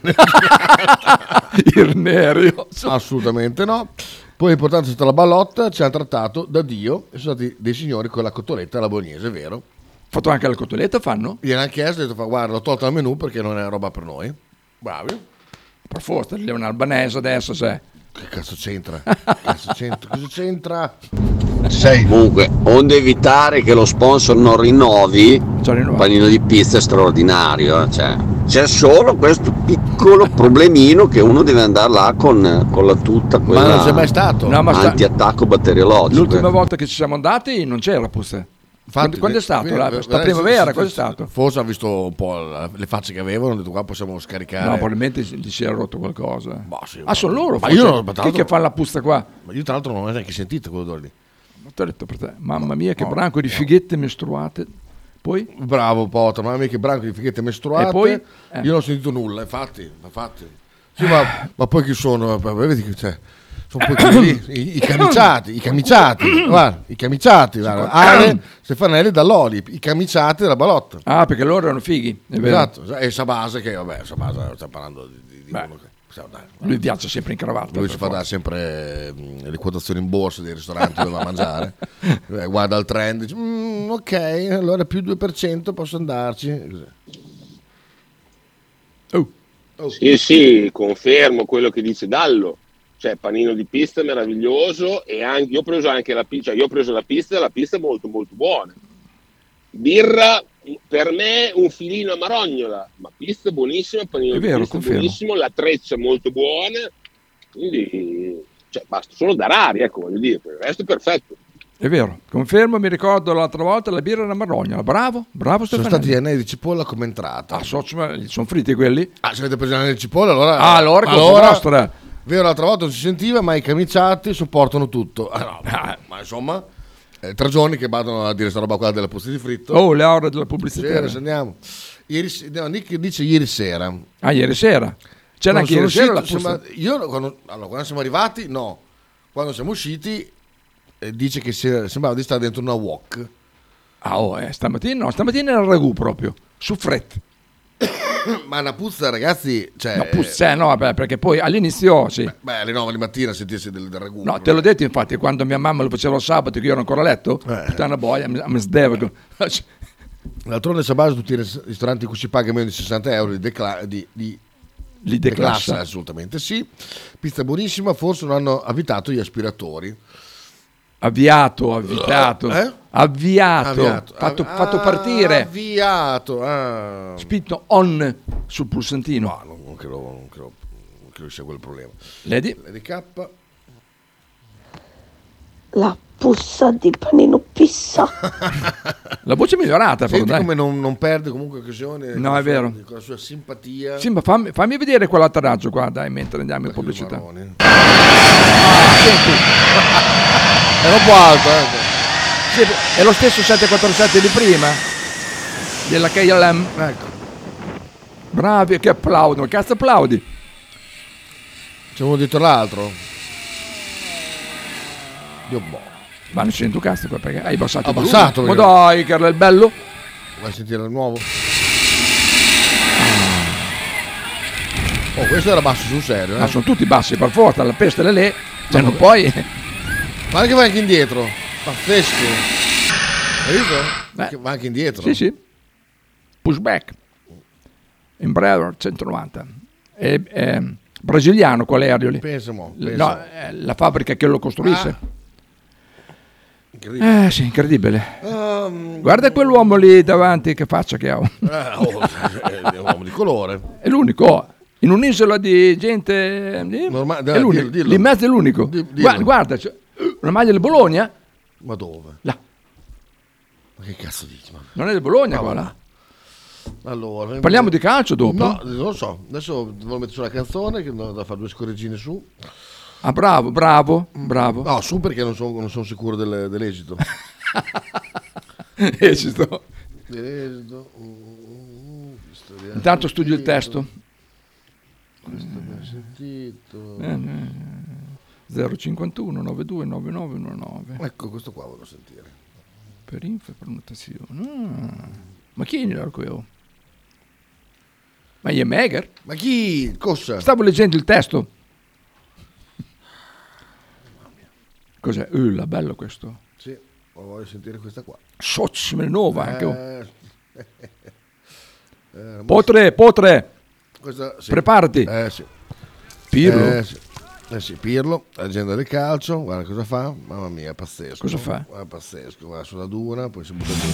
Il nerio? Assolutamente no. Poi è portato stata la ballotta, ci hanno trattato da Dio e sono stati dei signori con la cotoletta alla bolognese, vero? Fatto anche la cotoletta, fanno? Gliene hanno chiesto, ho detto, guarda, l'ho tolta dal menù perché non è roba per noi. Bravi. Per forza, lì è un albanese adesso, sai. Che cazzo c'entra? Cosa c'entra? Comunque, onde evitare che lo sponsor non rinnovi, il panino di pizza è straordinario. C'è solo questo piccolo problemino che uno deve andare là con la tuta, quella ma non c'è mai stato. Anti-attacco batteriologico. L'ultima volta che ci siamo andati non c'era puzza. Infatti, quando è stato? Sta primavera, quando è stato? Forse ha visto un po' le facce che avevano, ha detto qua possiamo scaricare. No, probabilmente gli si era rotto qualcosa. Sì, sono loro, ma forse. io Chi che fa la puzza qua? Ma io tra l'altro non ho neanche sentito quello lì. Ma ti ho detto per te, mamma mia che branco di fighette mestruate. Poi? Bravo Potter, mamma mia che branco di fighette mestruate. E poi? Io non ho sentito nulla, infatti. Sì, ma poi chi sono? Vedi che c'è. Sono poi quelli lì, i camiciati, guarda, guarda. Ale, Stefanelli dall'Oli, i camiciati della Balotta. Ah, perché loro erano fighi, è vero. Esatto, e Sabasa che, Sabasa sta parlando di uno che... Lui viaggia sempre in cravatta. Lui ci fa dare sempre le quotazioni in borsa dei ristoranti dove va a mangiare. Guarda il trend, dice, ok, allora più 2% posso andarci. Sì, confermo quello che dice Dallo. Cioè, panino di pista meraviglioso, e anche, io ho preso anche la pista, la pista è molto molto buona. Birra per me un filino a marognola, ma pista buonissima, panino di pista buonissimo, la treccia molto buona, quindi basta solo dare aria, voglio dire, per il resto è perfetto. È vero, confermo, mi ricordo l'altra volta la birra alla marognola, bravo Stefanelli. Sono stati gli anelli di cipolla come entrata. Sono fritti quelli? Se avete preso gli anelli di cipolla allora... allora cosa nostra. Vero, l'altra volta non si sentiva, ma i camiciati sopportano tutto. Ma insomma, 3 giorni che vadano a dire sta roba qua della puzza di fritto. Le ore della pubblicità. Andiamo. Nick dice ieri sera. Ieri sera? C'era anche ieri sera la puzza? Quando siamo arrivati, no. Quando siamo usciti, dice che sembrava di stare dentro una wok. Stamattina era il ragù proprio, su fret. Ma una puzza, ragazzi, perché poi all'inizio alle 9 di mattina sentirsi del ragù. No, te l'ho detto infatti, quando mia mamma lo faceva il sabato che io ero ancora a letto, puttana boia, mi sdevago. D'altronde Sabasa tutti i ristoranti in cui si paga meno di 60 euro li declassa, assolutamente sì. Pizza buonissima, forse non hanno avvitato gli aspiratori. Avviato, fatto partire. Avviato. Spinto on sul pulsantino. No, non credo sia quel problema. Lady K. La puzza di panino pissa. La voce è migliorata. Senti come non perde comunque occasione. No, è vero. Con la sua simpatia. Sì, ma fammi vedere quell'atterraggio qua, dai, mentre andiamo in pubblicità. Senti. È un po' alto, Sì, è lo stesso 747 di prima della KLM. Ecco. Bravi, che applaudono, cazzo applaudi. C'è uno dietro l'altro. Ma non sento cazzo qua perché hai abbassato. Ma dai, Carlo, è bello. Vai a sentire il nuovo. Questo era basso sul serio. Ma sono tutti bassi per forza, la peste è lì. Non puoi. Guarda che va anche indietro. Pazzesco. Hai visto? Va anche indietro. Sì. Pushback. Embraer 190. È brasiliano quell'aereo lì. Pensa. No, la fabbrica che lo costruisce. Incredibile. Sì, incredibile. Guarda quell'uomo lì davanti, che faccia che ha. È un uomo di colore. È l'unico. In un'isola di gente normale, è l'unico. Lì in mezzo è l'unico. Guarda, c'è una maglia del Bologna. Ma dove? Là. Ma che cazzo dici? Non è del Bologna qua là? Allora, parliamo di calcio dopo? No, non lo so. Adesso devo mettere sulla canzone che da fare 2 scorreggine su. Bravo. No, su perché non sono sicuro dell'esito. Esito. Intanto studio il testo. Questo abbiamo sentito. 051 92 9919. Ecco, questo qua voglio sentire. Per info e prenotazione. Ma chi è quello? Ma è Megar? Ma chi? Cosa? Stavo leggendo il testo. Cos'è? Bello questo. Sì, voglio sentire questa qua. Nuova anche. Potre. Questa, sì. Preparati. Sì. Pirlo. Sì, Pirlo, agenda del calcio, guarda cosa fa. Mamma mia, è pazzesco. Cosa fa? È pazzesco, va sulla duna, poi si butta giù.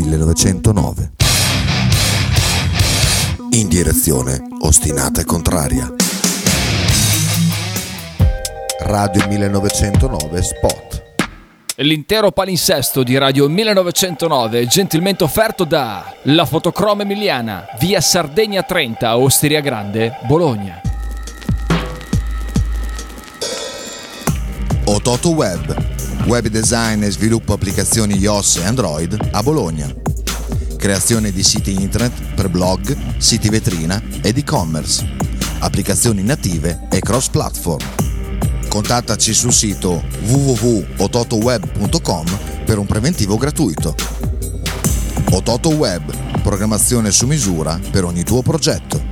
1909. In direzione ostinata e contraria. Radio 1909 Spot. L'intero palinsesto di Radio 1909 gentilmente offerto da La Fotocroma Emiliana, via Sardegna 30, Osteria Grande, Bologna. Ototo Web, web design e sviluppo applicazioni iOS e Android a Bologna. Creazione di siti internet per blog, siti vetrina ed e-commerce, applicazioni native e cross-platform. Contattaci sul sito www.ototoweb.com per un preventivo gratuito. Ototo Web, programmazione su misura per ogni tuo progetto.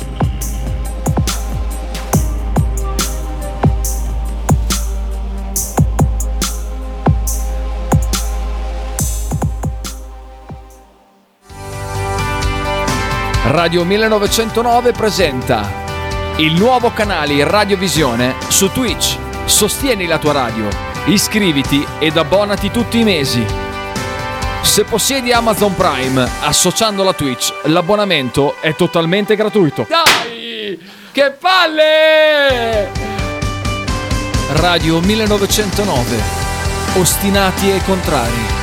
Radio 1909 presenta il nuovo canale Radiovisione su Twitch. Sostieni la tua radio, iscriviti ed abbonati tutti i mesi. Se possiedi Amazon Prime, associandola a Twitch, l'abbonamento è totalmente gratuito. Dai! Che palle! Radio 1909. Ostinati e contrari.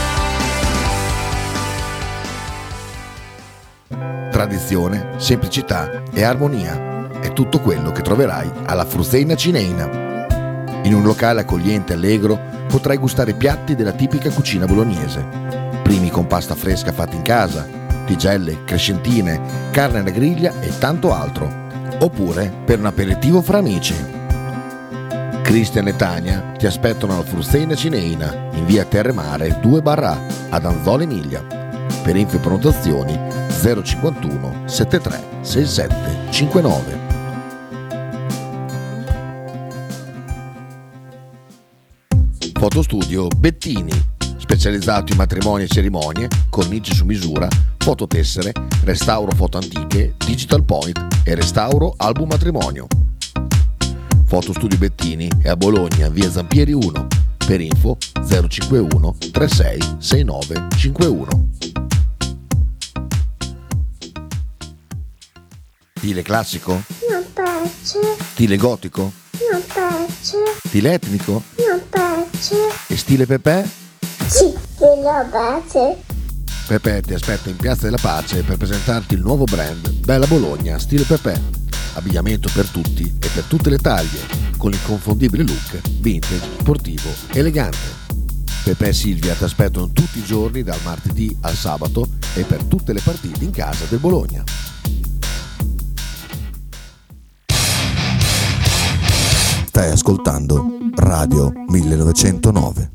Tradizione, semplicità e armonia è tutto quello che troverai alla Fruzeina Cineina. In un locale accogliente e allegro potrai gustare piatti della tipica cucina bolognese, primi con pasta fresca fatta in casa, tigelle, crescentine, carne alla griglia e tanto altro, oppure per un aperitivo fra amici. Cristian e Tania ti aspettano alla Fruzeina Cineina in via Terremare 2/A ad Anzola Emilia. Per info e prenotazioni 051 73 67 59. Fotostudio Bettini, specializzato in matrimoni e cerimonie, cornici su misura, fototessere, restauro foto antiche, digital point e restauro album matrimonio. Fotostudio Bettini è a Bologna, via Zampieri 1. Per info 051 36 69 51. Stile classico? Non piace. Stile gotico? Non piace. Stile etnico? Non piace. E stile Pepe? Sì, lo piace. Pepe ti aspetta in Piazza della Pace per presentarti il nuovo brand Bella Bologna Stile Pepe. Abbigliamento per tutti e per tutte le taglie, con l'inconfondibile look vintage, sportivo, elegante. Pepe e Silvia ti aspettano tutti i giorni dal martedì al sabato e per tutte le partite in casa del Bologna. Stai ascoltando Radio 1909.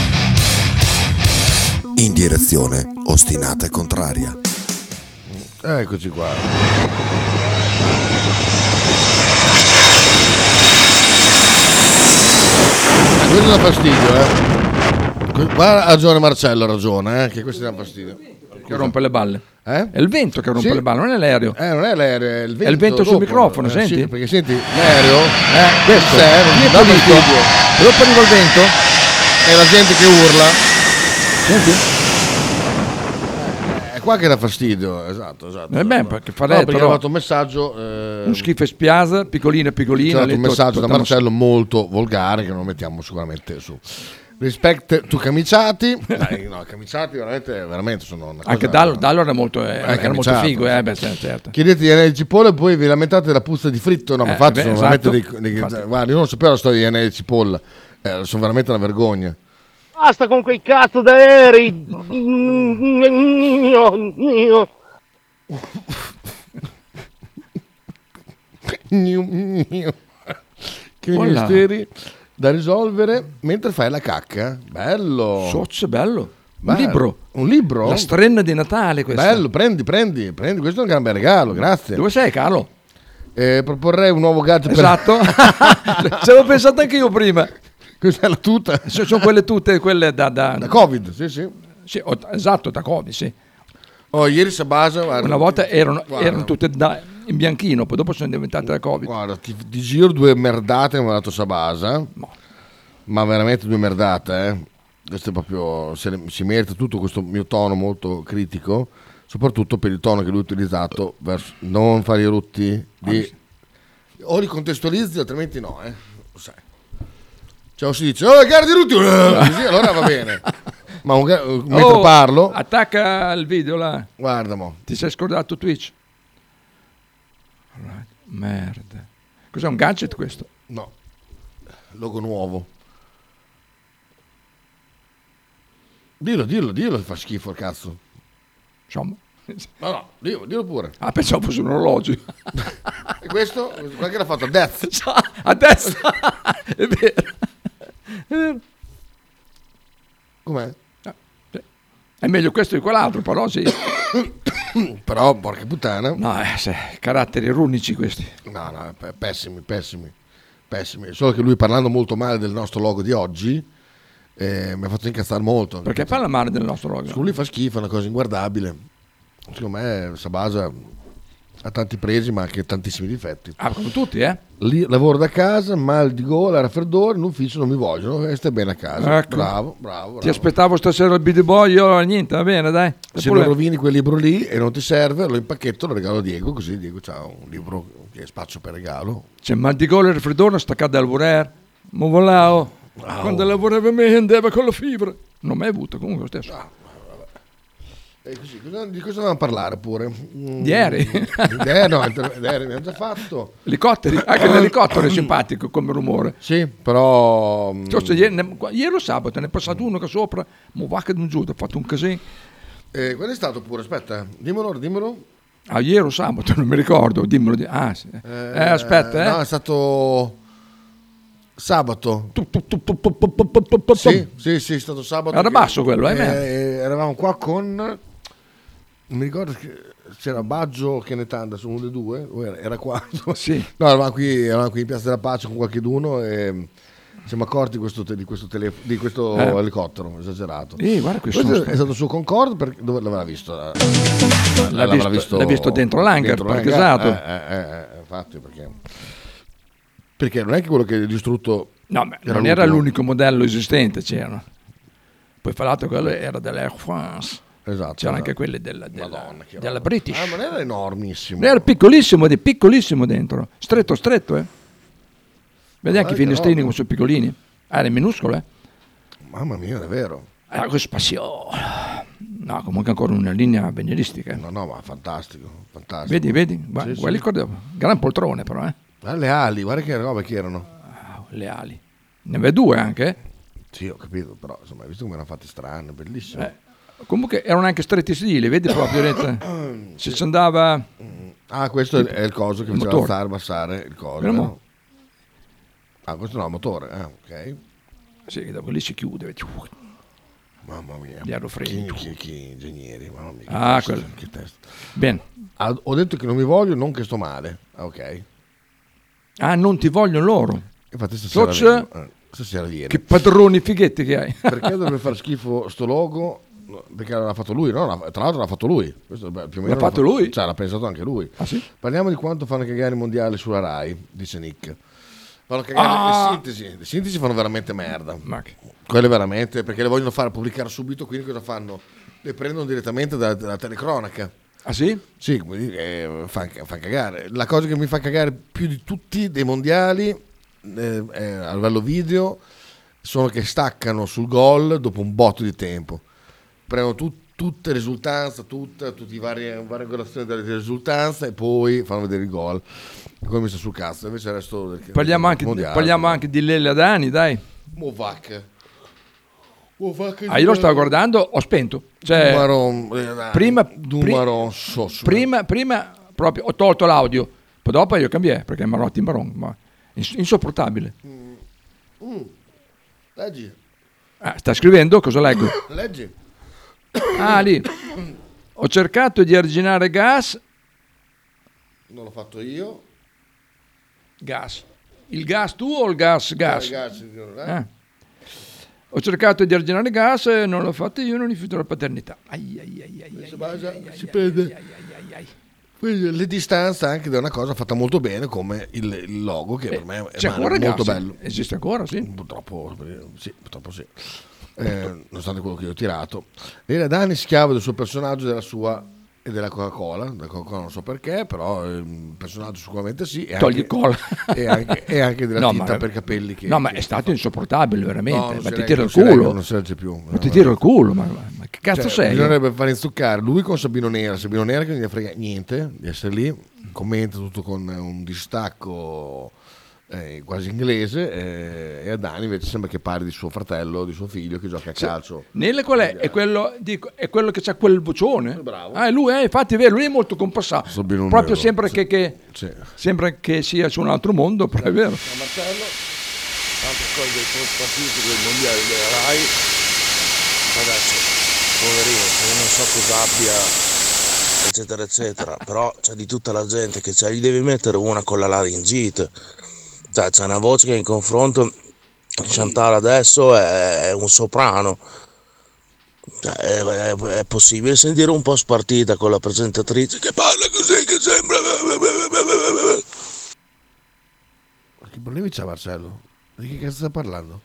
In direzione ostinata e contraria. Eccoci qua. Questo dà fastidio, Qua ha ragione Marcello, che questi danno fastidio. Che rompe le balle. È il vento che rompe le balle, non è l'aereo. Non è l'aereo, è il vento. È il vento sul microfono, senti? Sì, perché senti l'aereo, questo è fastidio. Dopo arriva il vento e la gente che urla. Senti? È qua che dà fastidio, esatto. Perché fa perché però ho fatto un messaggio. Un schifo e spiasa, piccolina. C'è un messaggio da Marcello molto volgare che non mettiamo sicuramente su. Rispetto tu Camiciati. Camiciati veramente sono una cosa. Anche Dallo era molto figo, certo. Chiedete gli anelli di cipolla e poi vi lamentate della puzza di fritto. No, ma infatti sono veramente guarda, io non sapevo la storia degli anelli di cipolla. Sono veramente una vergogna. Basta con quei cazzo d'aerei. Che misteri da risolvere mentre fai la cacca. Bello. Bello. Un libro? La strenna di Natale questa. Bello, prendi. Questo è un gran bel regalo, grazie. Dove sei, Carlo? Proporrei un nuovo gadget. Esatto. Ci avevo pensato anche io prima. Questa è la tuta. Sono quelle tutte, quelle da Covid, sì. Sì, esatto, da Covid, sì. Ieri Sabasa, guarda, una volta erano tutte in bianchino, poi dopo sono diventate da Covid. Guarda, ti giro due merdate che mi ha dato Sabasa. No. Ma veramente due merdate, questo è proprio, si merita tutto questo mio tono molto critico, soprattutto per il tono che lui ha utilizzato verso non fare i rutti, o li contestualizzi altrimenti no, lo sai. Cioè o si dice guarda i rutti, così allora va bene, ma mentre parlo attacca il video là, guarda mo. Ti sei scordato Twitch? Merda, cos'è, un gadget questo? No, logo nuovo. Dillo, fa schifo il cazzo. Insomma. No, dillo pure. Ah, pensavo fosse un orologio. E questo? Qualche l'ha fatto a Death. A destra. È vero. Com'è? È meglio questo di quell'altro, però sì. Però, porca puttana. No, caratteri runici questi. No, pessimi. Solo che lui, parlando molto male del nostro logo di oggi, mi ha fatto incazzare molto. Perché parla male del nostro logo? Secondo lui fa schifo, è una cosa inguardabile. Secondo me Sabasa ha tanti presi ma anche tantissimi difetti. Ah, come tutti, Lì lavoro da casa, mal di gola, raffreddore, in ufficio non mi vogliono, stai bene a casa. Ecco. Bravo. Ti aspettavo stasera il BD Boy, io niente, va bene, dai. Se non rovini quel libro lì e non ti serve, lo impacchetto, lo regalo a Diego, così Diego c'ha un libro che è spazio per regalo. C'è mal di gola e raffreddore, staccato dal lavorare. Ma volavo. Quando lavorava me andava con la fibra. Non mai avuto comunque lo stesso. Così, di cosa dobbiamo parlare pure? Ieri abbiamo già fatto. Elicotteri, anche l'elicottero è simpatico come rumore. Sì, però ieri sabato ne è passato uno che sopra, ma va che non giù, ha fatto un casino. Quando è stato pure? Aspetta, dimmelo. Ah, ieri sabato, non mi ricordo, dimmelo. Sì. Aspetta, No, è stato sabato. Sì, è stato sabato. Era basso quello, eravamo qua con, non mi ricordo che c'era Baggio che ne tanda su uno dei due, era qua. Sì. No, eravamo qui in Piazza della Pace con qualcheduno e siamo accorti di questo elicottero esagerato. Guarda questo è stato su Concorde, dove l'avrà visto? L'ha visto dentro l'hangar, esatto. Infatti, perché non è che quello che è distrutto. No, non era l'unico modello esistente, c'era. Poi fra l'altro quello era dell'Air France. Esatto. C'erano anche quelle della British. Non era enormissimo. Era piccolissimo dentro. Stretto, Vedi anche i finestrini come sono piccolini. Era minuscolo, Mamma mia, è vero. Era con spazio. No, comunque ancora una linea avveniristica. No, ma fantastico. Vedi? Guarda, ricordo. Gran poltrone però, Le ali, guarda che roba che erano. Le ali. Ne aveva due anche? Sì, ho capito, però insomma, hai visto come erano fatti strani, bellissimo. Comunque erano anche stretti i sedili, vedi proprio se ci andava. Ah, questo è il coso che faceva alzare, abbassare il coso. Ah, questo no, il motore, ok. Sì, dopo lì si chiude. Mamma mia. Gli aerofreni. Che ingegneri, mamma mia. Ah, quello. Che testa. Bene. Ho detto che non mi voglio, non che sto male. Ok. Ah, non ti vogliono loro. Infatti stasera viene. Che padroni fighetti che hai. Perché dovrebbe fare schifo sto logo? Perché l'ha fatto lui, no? Tra l'altro l'ha fatto lui. Questo, più o meno l'ha fatto lui? Cioè, l'ha pensato anche lui. Ah, sì? Parliamo di quanto fanno cagare i mondiali sulla Rai, dice Nick. Fanno cagare le sintesi fanno veramente merda. Quelle veramente, perché le vogliono fare pubblicare subito, quindi cosa fanno? Le prendono direttamente dalla telecronaca. Ah sì? Sì, fa cagare. La cosa che mi fa cagare più di tutti dei mondiali a livello video sono che staccano sul gol dopo un botto di tempo. Prendono tutte le risultanze, tutte le varie angolazioni delle risultanze e poi fanno vedere il gol. E come mi sta sul cazzo. Invece il resto parliamo anche di Lele Adani, dai. Movac. Io lo stavo guardando, ho spento. Cioè, prima proprio ho tolto l'audio, poi dopo io cambiai perché è Marotti in Baron, ma insopportabile. Leggi. Sta scrivendo? Cosa leggo? Leggi. Ah, lì. Ho cercato di arginare gas. Non l'ho fatto io. Gas. Il gas tu o il gas? Il gas. Ho cercato di arginare gas e non l'ho fatto io, non rifiuto la paternità. Si perde. Quindi le distanze anche da una cosa fatta molto bene come il logo, che per me c'è è ancora, molto sì. bello. Esiste ancora, sì. Purtroppo sì. Nonostante quello che io ho tirato. Era da anni schiavo del suo personaggio, della sua e della Coca-Cola. Da Coca-Cola non so perché, però il personaggio sicuramente sì. E Togli anche, cola. e anche della No, tinta per capelli. No, ma è stato insopportabile, veramente. No, ma ti tira il culo. Non si regge più. Ma ti tira il culo, ma che cazzo sei? Bisognerebbe fare inzuccare lui con Sabino Nera che non gli frega niente di essere lì, commenta tutto con un distacco quasi inglese, e Adani invece sembra che parli di suo fratello, di suo figlio che gioca a calcio. Nelle qual è? È quello che c'ha quel vocione? Bravo. Ah, è lui, infatti è vero, lui è molto compassato. Sabino Proprio Nero, sembra sì. che sembra che sia su un altro mondo, però è vero. Marcello, tante cose dei partiti del mondiale della Rai. Adesso, poverino, io non so cosa abbia, eccetera, eccetera, però c'è di tutta la gente che gli devi mettere una con la laringite. Cioè, c'è una voce che in confronto Chantal adesso è un soprano. Cioè, è possibile sentire un po' spartita con la presentatrice che parla così, che sembra... Che problemi c'ha Marcello? Di che cazzo sta parlando?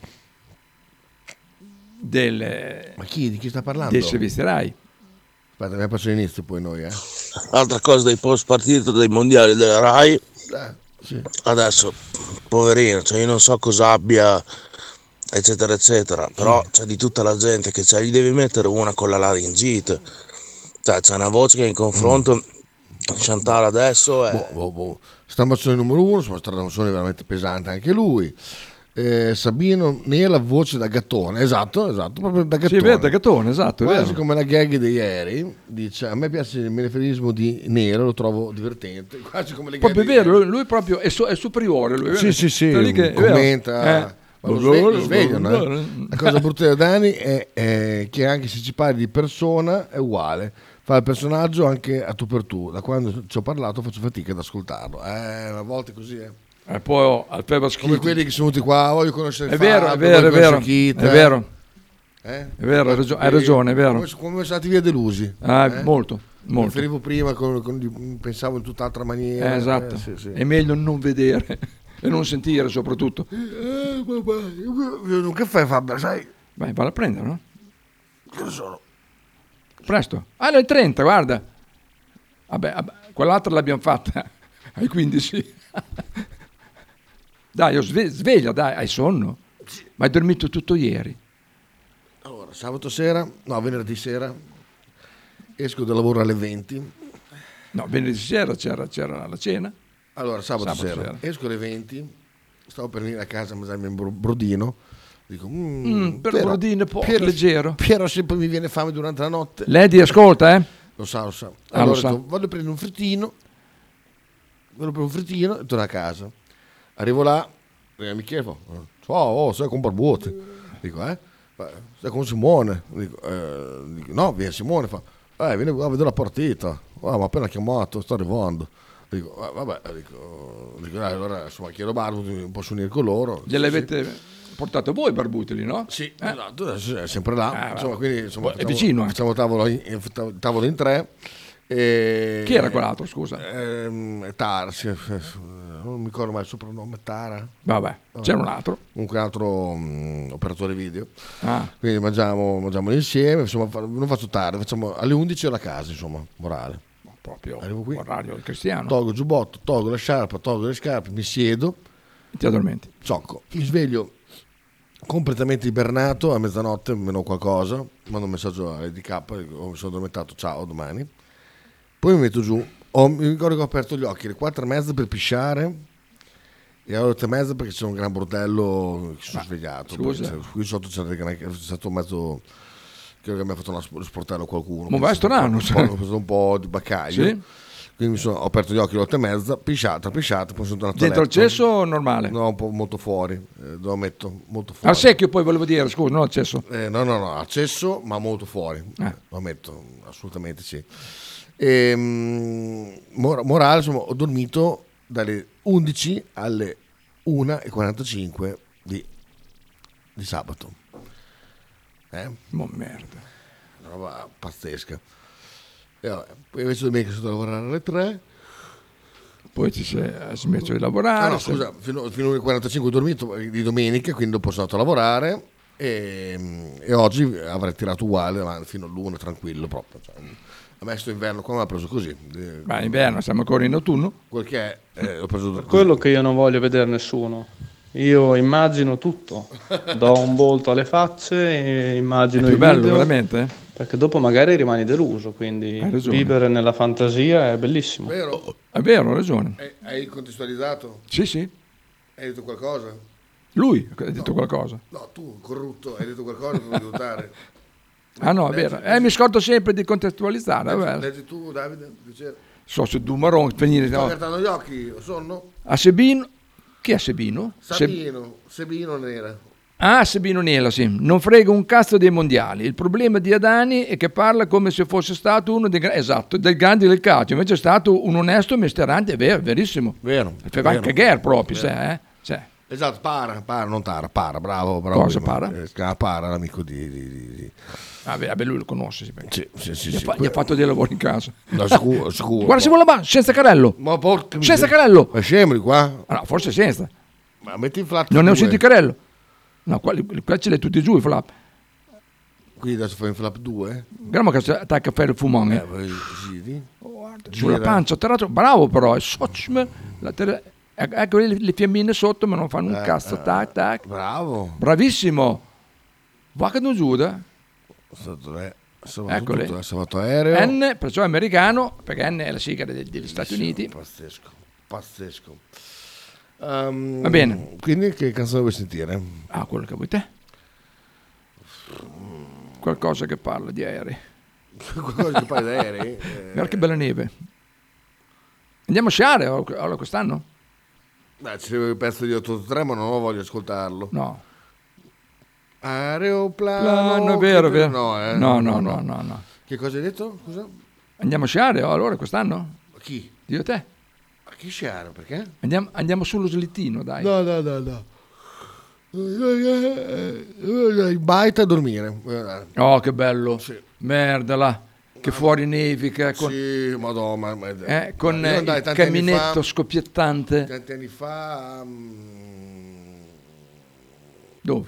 Ma chi? Di chi sta parlando? Del servizio Rai. Aspetta, abbiamo perso l'inizio poi noi, Altra cosa dei post partito dei mondiali della Rai. Sì. Adesso, poverino, cioè io non so cosa abbia, eccetera, eccetera, però c'è di tutta la gente che gli devi mettere una con la laringite. Cioè, c'è una voce che in confronto Chantal adesso è... Stamattina numero 1, insomma, stamattina veramente pesante anche lui. Sabino Nera, voce da gattone, esatto, proprio da gattone. Sì, vero, da gattone, esatto, è quasi vero. come la gag di ieri, dice: a me piace il menefreghismo di Nero, lo trovo divertente, quasi come le gag Proprio di è vero, ieri. lui proprio è superiore, lui. Sì, Sta lì che- è vero. commenta, ma lo svegliano, La cosa brutta di Dani è che anche se ci parli di persona è uguale, fa il personaggio anche a tu per tu. Da quando ci ho parlato faccio fatica ad ascoltarlo, a volte così è. E poi al Fever Come quelli che sono venuti qua, voglio conoscere il È vero, Fabio, è vero, voglio è vero, conoscere Kit, è vero. È vero, hai ragione, è vero. Come siamo stati via delusi. Molto. Preferivo prima, pensavo in tutt'altra maniera. Esatto, Sì. è meglio non vedere e non sentire soprattutto. Un caffè, Fabio, sai? Vai, vado a prendere, no? Che sono? Presto. Alle 30, guarda. Vabbè, quell'altra l'abbiamo fatta ai 15. Dai, sveglia, dai, hai sonno? Ma hai dormito tutto ieri? Allora, venerdì sera esco da lavoro alle 20. No, venerdì sera c'era la cena. Allora, sabato sera esco alle 20, stavo per venire a casa a mangiarmi un brodino. Dico, per brodino leggero. Piero sempre mi viene fame durante la notte. Lady ascolta, eh? Lo sa. Lo Allora sa. vado a prendere un frittino e torno a casa. Arrivo là, mi chiedo, sei con Barbuoti. Dico, sei con Simone? Dico, no, viene Simone, vieni a vedere la partita. Mi ha appena chiamato, sto arrivando. Dico, allora insomma chiedo Barbuti, posso unire con loro. Gliel'avete portato voi Barbuti lì, no? Sì, esatto, è sempre là. Insomma, quindi, è vicino. Facciamo tavolo in 3. Chi era quell'altro, scusa? Tara, non mi ricordo mai il soprannome, Tara. Vabbè, c'era un altro. Comunque un altro operatore video. Ah. Quindi mangiamo insieme, insomma, non faccio tardi, facciamo alle 11 alla casa, insomma, morale. Proprio arrivo qui, orario cristiano. Tolgo il giubbotto, tolgo la sciarpa, tolgo le scarpe, mi siedo. Ti addormenti. Ciocco, mi sveglio completamente ibernato a mezzanotte, meno qualcosa, mando un messaggio all'EDK, mi sono addormentato, ciao, domani. Poi mi metto giù, mi ricordo che ho aperto gli occhi alle 4:30 per pisciare e alle 8:30 perché c'è un gran bordello che sono svegliato. Scusa. Qui sotto c'è stato mezzo, credo che mi ha fatto lo sportello qualcuno. Ma vai strano. Ho preso un po' di baccaglio. Sì. Quindi ho aperto gli occhi alle 8:30, pisciata, poi sono tornato a letto. Dentro il cesso o normale? No, un po' molto fuori, lo metto molto fuori. Al secchio poi volevo dire, scusa, non al cesso. No, al cesso, ma molto fuori. Lo metto, assolutamente sì. Morale, insomma, ho dormito dalle 11 alle 1:45 di sabato. Ma merda. Una roba pazzesca. Poi invece domenica sono andato a lavorare alle 3. Poi ti sei smesso di lavorare. Scusa, fino alle 45 ho dormito di domenica, quindi dopo sono andato a lavorare e oggi avrei tirato uguale fino all'1 tranquillo proprio. Cioè, a me sto inverno qua mi ha preso così. Ma inverno, siamo ancora in autunno? Quel che è, l'ho preso così. Quello che io non voglio vedere nessuno. Io immagino tutto, do un volto alle facce e immagino è più i bello, video, veramente? perché dopo magari rimani deluso, quindi vivere nella fantasia è bellissimo. Vero? È vero, hai ragione. Hai contestualizzato? Sì. Hai detto qualcosa? Lui ha detto qualcosa. No, tu, corrutto, hai detto qualcosa per aiutare. Ah no, è vero. Mi scordo sempre di contestualizzare. Leggi tu, Davide? So se tu marron finire. Sto guardando gli occhi, sonno? A Sebino. Chi è Sebino? Sebino Nera. Ah, Sebino Nera, sì. Non frega un cazzo dei mondiali. Il problema di Adani è che parla come se fosse stato uno dei grandi del calcio. Invece è stato un onesto mestierante, è vero, verissimo. Vero. Fa anche Gher proprio, sai. Esatto, para, non Tara, para, bravo. Cosa para? Para, l'amico di... Vabbè, lui lo conosce. Sì. Gli ha fatto dei lavori in casa. No, sicuro. Guarda se vuole la senza carello. Ma porca senza carello. Ma scemi qua? No, forse senza. Ma metti in flap. Non ne ho sentito carello. No, qua ce l'hai tutti giù i flap. Qui adesso fai in flap 2? Guarda che attacca per il fumone. Giri. Sulla pancia, atterrato. Bravo però. Ecco le fiammine sotto ma non fanno un cazzo. Tac. Bravo. Bravissimo. Va che non giuda. Eccole. Salvato aereo. N, perciò è americano, perché N è la sigla degli Stati Uniti. Pazzesco. Va bene. Quindi che canzone vuoi sentire? Quello che vuoi te. Qualcosa che parla di aerei. Qualcosa che parla di aerei? Guarda che bella neve. Andiamo a sciare quest'anno? Beh, c'è il pezzo di 883 ma non voglio ascoltarlo. No. Aeroplano. È vero. No. Che cosa hai detto? Scusa? Andiamo a sciare allora quest'anno? Chi? Dio te. A chi sciare? Perché? Andiamo sullo slittino, dai. No. Il baita a dormire. Oh, che bello. Sì. Merdala. Che fuori nevica. Sì, madonna. Con il caminetto scoppiettante. Tanti anni fa. Dove?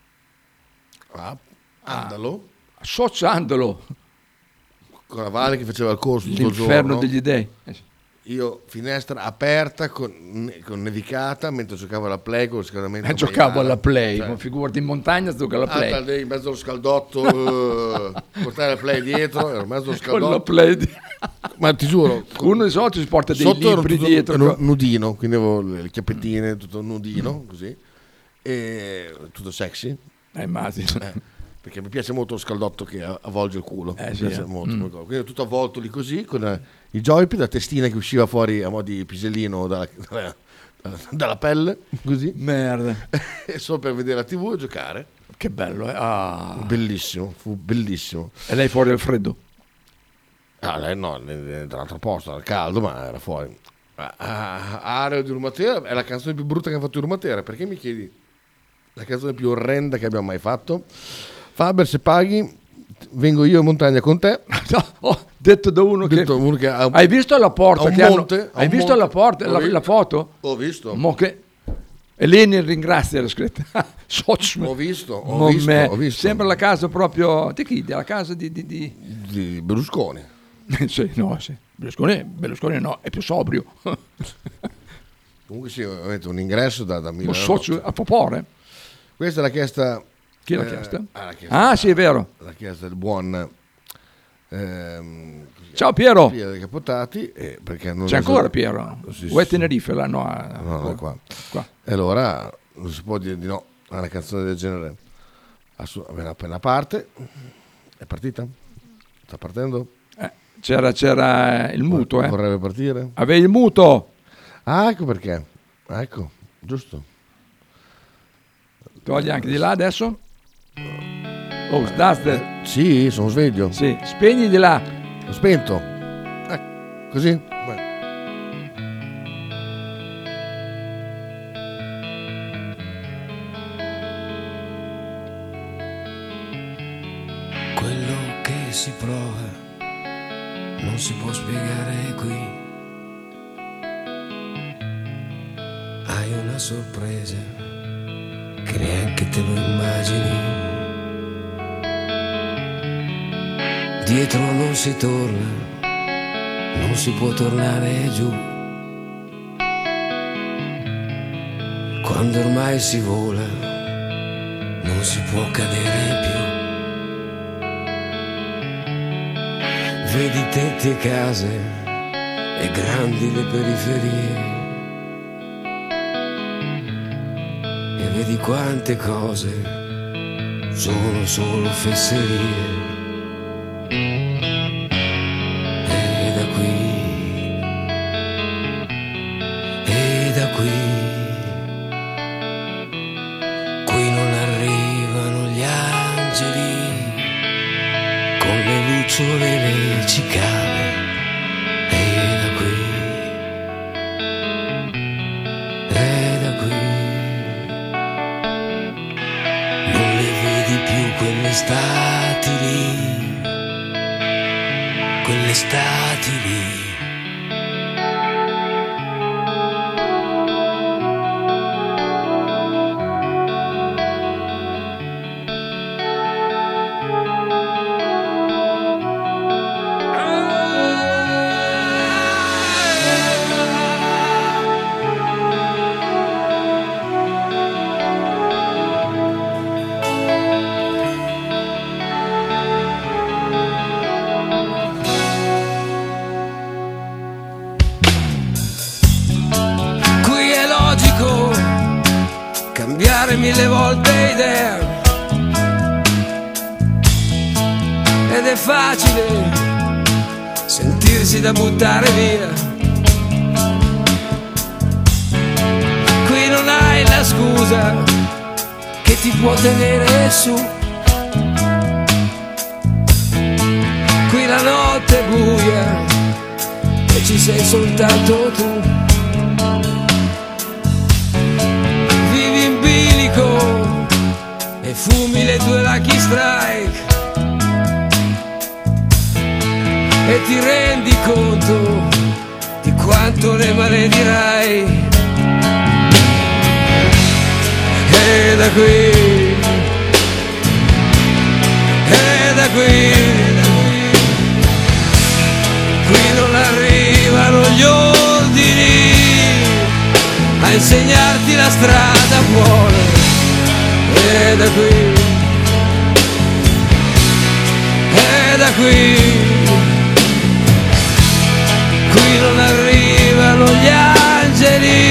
Andalo. Sociandolo. Con la Valle che faceva il corso tutto il giorno. L'inferno degli dei. Io finestra aperta con nevicata mentre giocavo alla Play con il riscaldamento. Giocavo alla Play, cioè, figurati in montagna gioco alla Play. In mezzo allo scaldotto, portare la Play dietro, ero in mezzo allo scaldotto. Con la Play ma ti giuro, uno di solito si porta dei libri dietro. Nudino, quindi avevo le chiappettine, tutto nudino, così. E tutto sexy. Immagino. Perché mi piace molto lo scaldotto che avvolge il culo. Mi piace molto. Quindi tutto avvolto lì così, con i joypad, la testina che usciva fuori a mo' di pisellino dalla pelle, così. Merda. E solo per vedere la TV e giocare. Che bello, Bellissimo, fu bellissimo. E lei fuori al freddo? Lei no, dall'altro posto, era caldo, ma era fuori. Aereo di Rumatera è la canzone più brutta che hanno fatto in Rumatera. Perché mi chiedi la canzone più orrenda che abbiamo mai fatto? Faber, se paghi, vengo io in montagna con te. Ho detto da uno che hai visto alla porta che monte, hai visto alla porta la foto? Ho visto. E Lenin ringrazia la scritta. Ho visto. Sembra la casa proprio di chi? La casa di Berlusconi. Sì. Berlusconi no, è più sobrio. Comunque sì, ovviamente un ingresso da 1.000 euro. A popore. Questa l'ha chiesta. Chi l'ha chiesta? Sì, è vero. L'ha chiesta il buon ciao Piero. Piero dei Capotati. Perché non c'è ancora Piero? Sì, o è Tenerife? No, è qua. E allora non si può dire di no a una canzone del genere. Appena parte. È partita? Sta partendo? C'era il muto. Vorrebbe partire? Avevi il muto. Ecco perché. Ecco, giusto. Togli anche di là adesso? Stasde. Sì, sono sveglio. Sì, spegni di là. L'ho spento. Così. Quello che si prova non si può spiegare qui. Hai una sorpresa che neanche te lo immagini. Dietro non si torna, non si può tornare giù. Quando ormai si vola, non si può cadere più. Vedi tetti e case e grandi le periferie, e vedi quante cose sono solo fesserie. E da qui non arrivano gli angeli con le lucciole e le cicale. E da qui non le vedi più quelle estati lì, quelle estati lì. Mille volte idea ed è facile sentirsi da buttare via. Qui non hai la scusa che ti può tenere su. Qui la notte è buia e ci sei soltanto tu. E fumi le tue Lucky Strike e ti rendi conto di quanto le maledirai. E da qui non arrivano gli ordini a insegnarti la strada buona. E da qui non arrivano gli angeli.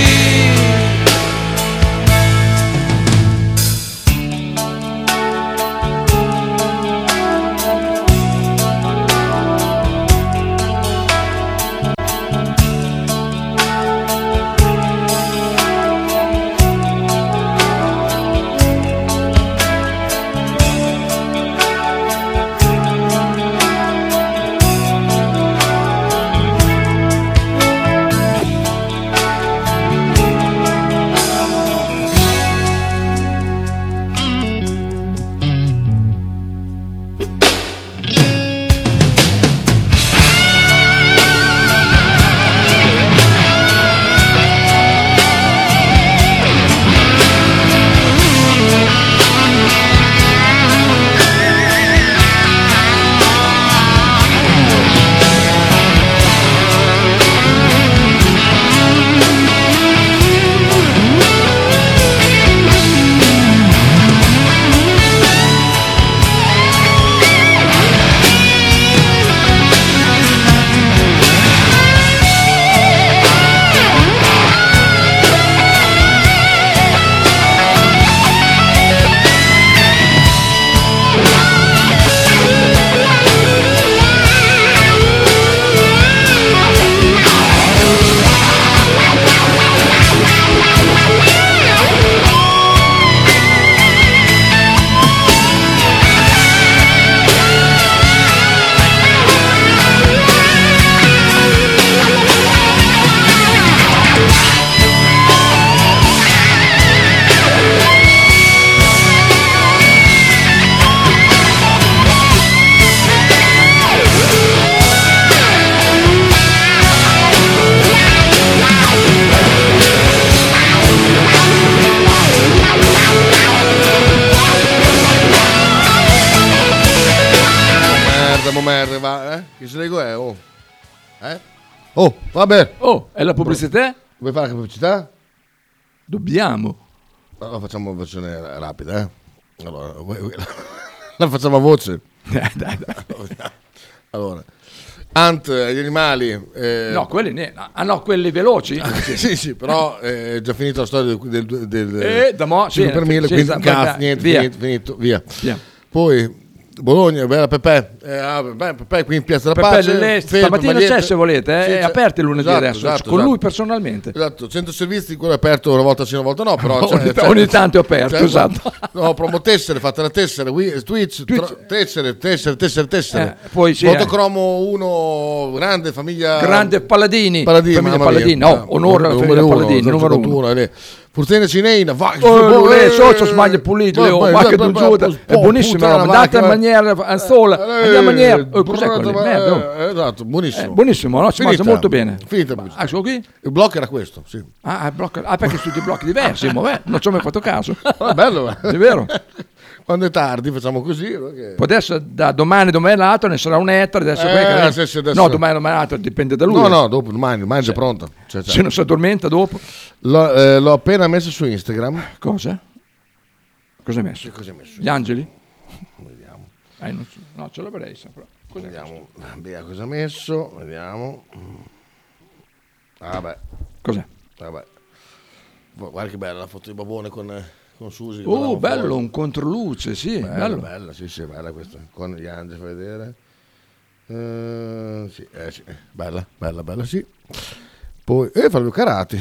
Oh, vabbè. Oh, è la pubblicità? Vuoi fare la pubblicità? Dobbiamo. Allora facciamo una versione rapida, Allora, la facciamo a voce. Dai. Allora, Ant, gli animali. No, quelli quelli veloci. sì, però è già finita la storia del da mo', 5 per 1000, quindi niente, finito, via. Poi Bologna, bella Pepe qui in Piazza della Pace. Stamattina c'è se volete, è aperto il lunedì adesso, con lui personalmente. Esatto, centro servizi, quello è aperto una volta sì, una volta no, però ogni tanto è aperto, esatto. No, promo tessere, fate la tessera, Twitch. Tessere. Poi sì, Fotocromo 1, grande famiglia. Grande Paladini. Onore alla famiglia Paladini, numero 1. Furzena cineina, socio sbaglia pulito, vacca d'un giuda, è buonissima, andate in maniera sola, andiamo in maniera, cos'è quello? Esatto, buonissimo. Buonissimo, no? Si mangia molto bene. Finita. Qui? Il blocco era questo, sì. Perché sono dei blocchi diversi, non ci ho mai fatto caso. Bello, è vero. Quando è tardi facciamo così. Poi adesso da domani l'altro ne sarà un ettaro, adesso no, domani l'altro dipende da lui. No, dopo domani è già pronta. Se non si addormenta dopo. L'ho appena messo su Instagram. Cosa? Cosa hai messo? Gli angeli? Vediamo. No, ce l'avrei sempre. Vediamo. Cosa ha messo? Vediamo. Vabbè. Cos'è? Vabbè. Guarda che bella la foto di Babone con Susi. Bello, fuori. Un controluce, sì. Bella, sì, bella questa. Con gli angeli, fai vedere. Sì. Bella, sì. Poi, Flavio Carati.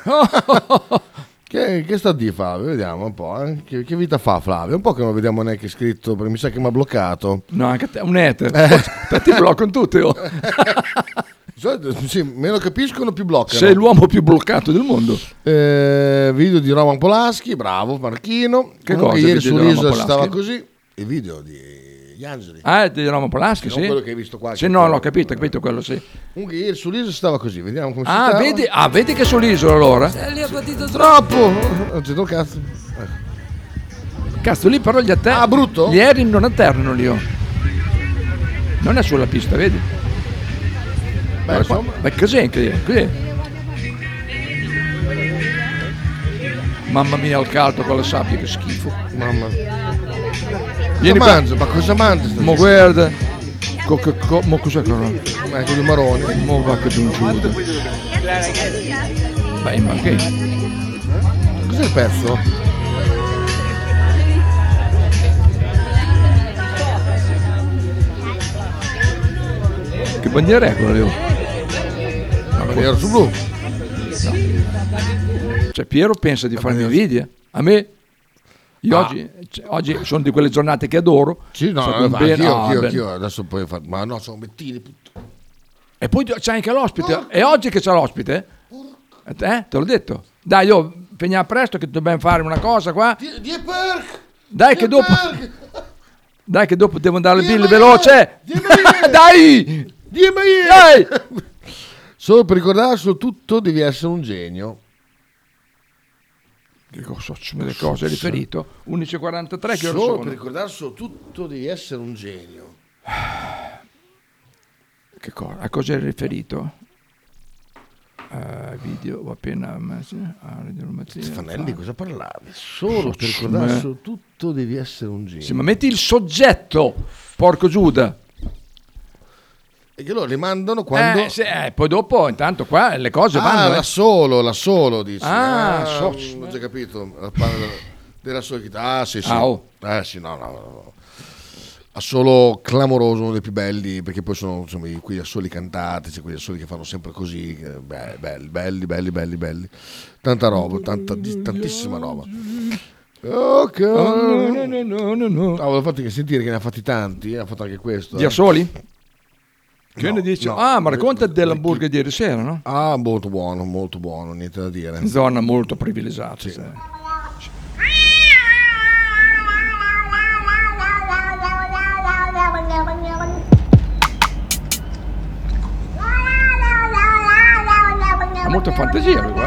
Che sta di Flavio? Vediamo un po'. Che vita fa Flavio? Un po' che non vediamo neanche scritto, perché mi sa che mi ha bloccato. No, anche te, un ether. Ti bloccano tutti. Sì, meno capiscono più bloccano. Sei l'uomo più bloccato del mondo. Video di Roman Polaschi, bravo Marchino. Che cosa? Ieri sull'isola stava così. Il video di Gli Angeli. Di Roman Polaschi, sì. Quello che hai visto qua. Sì, no, l'ho capito quello, sì. Comunque ieri sull'isola stava così, vediamo come si stava. Vedi che sull'isola allora? Li ha patito troppo. Non c'è cazzo. Cazzo, lì però gli atterrano. Brutto? Gli aerei non atterrano lì. Non è sulla pista, vedi? Beh, cos'è? Mamma mia, il caldo con la sabbia, che schifo. Mamma. Vieni ma cosa mangia? Ma guarda. Ma cos'è che non? Ecco di maroni. Ma va che d'un giuda. Beh, ma che? Cos'è il pezzo? Che bandiera è quella lì? Bandiera su blu. No. Cioè Piero pensa di farmi video. A me oggi sono di quelle giornate che adoro. Sì, no, anch'io adesso puoi fare. Ma no, sono Bettini. E poi c'è anche l'ospite. E oggi che c'è l'ospite? Te l'ho detto. Dai, veniamo presto che dobbiamo fare una cosa qua. Dai che dopo devo andare al bill veloce. Dai! Dai! Solo per ricordare, su tutto devi essere un genio. Che cosa le cose riferito? 11:43 che ora solo sono? Per ricordare, su tutto devi essere un genio. Che cosa? A cosa è riferito? Video ho appena Stefanelli, cosa parlavi? Solo per ricordare, su tutto devi essere un genio. Sì, ma metti il soggetto, porco Giuda. E che loro li mandano quando... poi dopo, intanto qua le cose vanno. La solo, dici. Ho già capito. Della solita. Sì. no. Assolo clamoroso, uno dei più belli, perché poi sono insomma quegli assoli cantati, quegli assoli che fanno sempre così, belli. Tanta roba, tantissima roba. Ok. No. Avevo fatto che sentire che ne ha fatti tanti, ha fatto anche questo. Di assoli? Che ne dici? Ma racconta dell'hamburger di ieri sera, no? Molto buono, niente da dire. Zona molto privilegiata. Sì. Ha molta fantasia lui,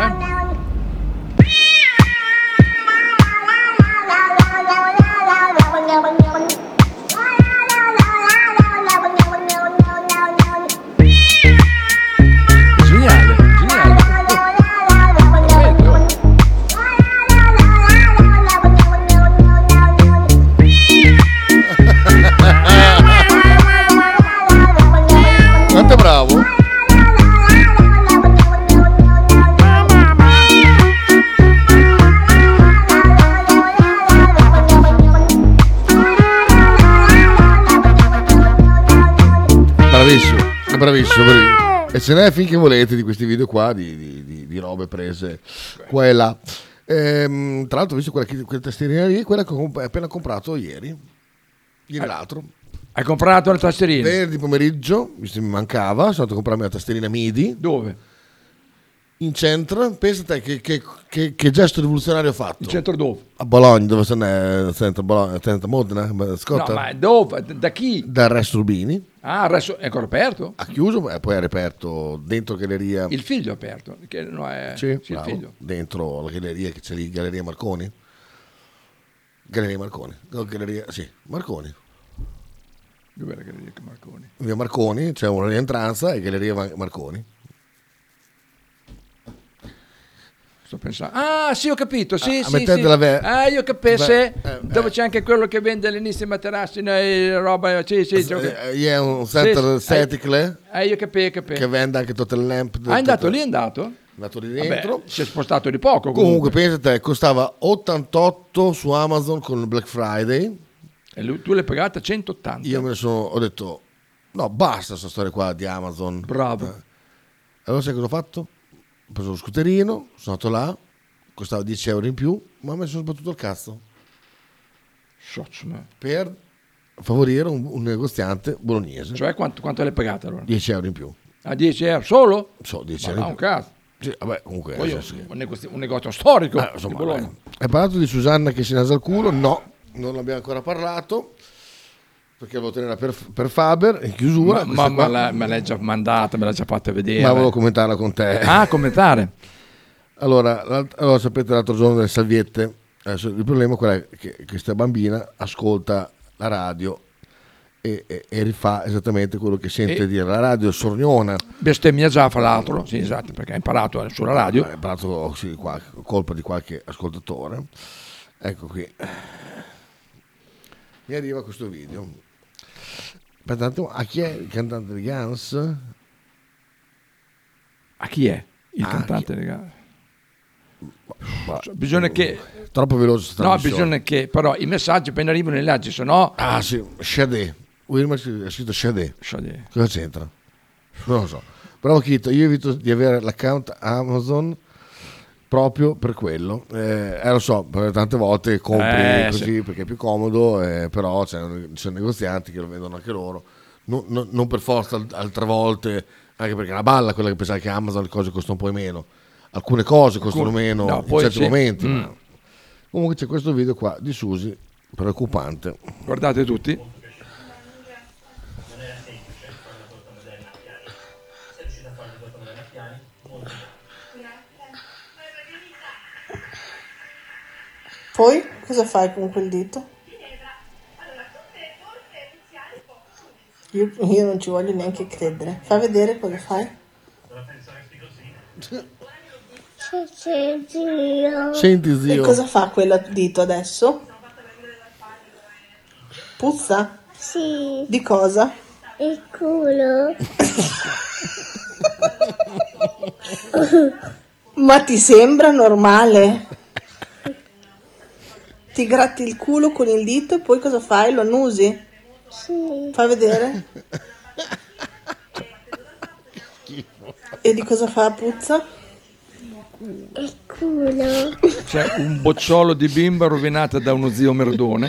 Bravissimo, bravissimo. E ce n'è finché volete di questi video qua, di robe prese qua e là. Tra l'altro ho visto quella tastierina lì, quella che ho appena comprato ieri l'altro. Hai comprato la tastierina? Venerdì pomeriggio, visto che mi mancava, sono andato a comprarmi la tastierina MIDI. Dove? In centro. Pensa te che gesto rivoluzionario ho fatto. In centro dove? A Bologna, dove sono centro Modena, Scotta? No, ma dove? Da chi? Dal Resto Rubini. Ah, adesso è ancora aperto? Ha chiuso e poi è riaperto dentro galleria. Il figlio è aperto, che no è... Sì, il bravo. figlio. Dentro la galleria che c'è lì, Galleria Marconi. Galleria Marconi. No, galleria, sì, Marconi. Dov'è la galleria Marconi? Via Marconi, c'è una rientranza e Galleria Marconi. Sto pensando. Ah, sì, ho capito. Sì, a sì, metà sì. della Io capisco. Dove c'è anche quello che vende all'inizio materassi, roba. Sì, sì. È un center Seticle. Io capisco. Che vende anche Total Lamp. È andato lì, è andato? È andato lì dentro. Vabbè, si è spostato di poco. Comunque pensa te, costava 88 su Amazon con il Black Friday. E tu l'hai pagata 180. Io ho detto, no, basta questa storia qua di Amazon. Bravo. Allora sai cosa ho fatto? Ho preso lo scooterino, sono andato là, costava 10 euro in più, ma mi sono sbattuto il cazzo. Per favorire un negoziante bolognese. Cioè quanto l'hai pagata allora? 10 euro in più. A 10 euro solo? 10 ma euro in un più. cazzo. Sì, vabbè, comunque un negozio storico di Bologna. Hai parlato di Susanna che si nasa al culo? No, non abbiamo ancora parlato perché volevo tenerla per Faber in chiusura. Ma me l'hai già mandata, me l'hai già fatta vedere. Ma volevo commentarla con te. Ah, commentare. Allora, sapete l'altro giorno delle salviette, il problema qual è che questa bambina ascolta la radio e rifà esattamente quello che sente dire. La radio è sorniona. Bestemmia già fra l'altro, sì, esatto, perché ha imparato sulla radio. Ha imparato colpa di qualche ascoltatore. Ecco qui. Mi arriva questo video. Pertanto, a chi è il cantante di Guns? A chi è il cantante di Guns? Bisogna che troppo veloce. No, bisogna che però i messaggi appena arrivano li leggi, se no. Ah sì, Sade. Wilmer ha scritto Sade. Cosa c'entra? Non lo so. Però Chito, io evito di avere l'account Amazon proprio per quello. Lo so, tante volte compri così sì, perché è più comodo, però ci sono negozianti che lo vendono anche loro. Non per forza altre volte, anche perché è una balla quella che pensare che Amazon le cose costano un po' meno. Alcune cose costano meno in certi momenti. Ma... Comunque c'è questo video qua di Susi, preoccupante. Guardate tutti. Poi cosa fai con quel dito? Io non ci voglio neanche credere. Fai vedere cosa fai. Senti zio. E cosa fa quel dito adesso? Puzza? Sì. Di cosa? Il culo. Ma ti sembra normale? Ti gratti il culo con il dito e poi cosa fai? Lo annusi? Sì. Fai vedere. E di cosa fa puzza? Il culo. C'è un bocciolo di bimba rovinata da uno zio merdone.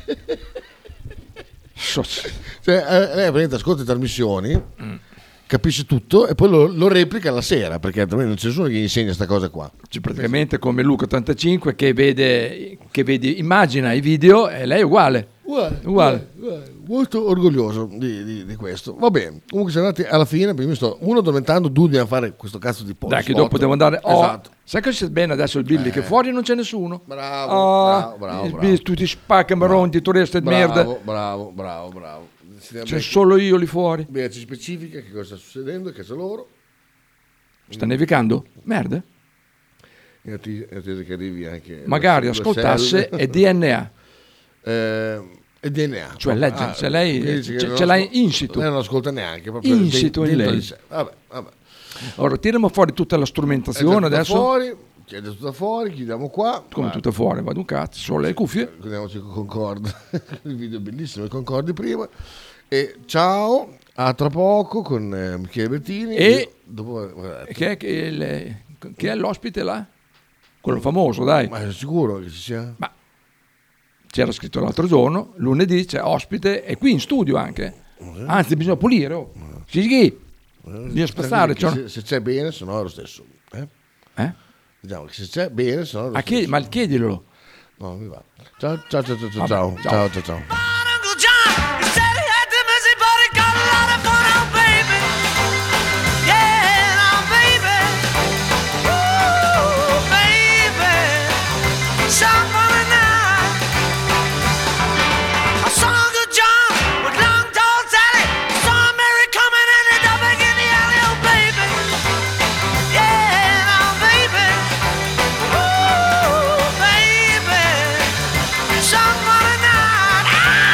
Lei ascolta trasmissioni, capisce tutto e poi lo replica la sera, perché altrimenti non c'è nessuno che gli insegna questa cosa qua. Cioè, praticamente come Luca 85 che vede, immagina i video e lei è uguale. Molto orgoglioso di questo. Va bene, comunque siamo andati alla fine perché mi sto addormentando, due dobbiamo fare questo cazzo di post. Dai che dopo devo andare. Esatto. Sai che c'è bene adesso il Billy che fuori non c'è nessuno. Bravo. Tutti spacca maronti, turisti di merda. Bravo. C'è solo io lì fuori. Bene, ci specifica che cosa sta succedendo e che c'è loro. Sta nevicando? Merda. In attesa che arrivi anche magari ascoltasse e DNA. E DNA. Cioè legge, se lei ce l'ha insito. Lei non ascolta neanche. Proprio insito in lei. Vabbè. Ora tiriamo fuori tutta la strumentazione adesso. Chiede tutta fuori, chiudiamo qua. Come tutta fuori? Vado un cazzo, solo le cuffie. Chiudiamoci con Concord. Il video è bellissimo, il Concordi prima. E ciao, A tra poco con Michele Bettini. E dopo, chi è l'ospite là? Quello famoso, dai. Ma è sicuro che ci sia? Ma c'era scritto l'altro giorno, lunedì c'è ospite e qui in studio anche. Anzi, bisogna pulire. Oh. Sì. Bisogna spazzare. Se c'è bene, se no è lo stesso. Diciamo che se c'è bene, se no è lo stesso. Ma chiedilo. No, mi va. Ciao. Somebody night.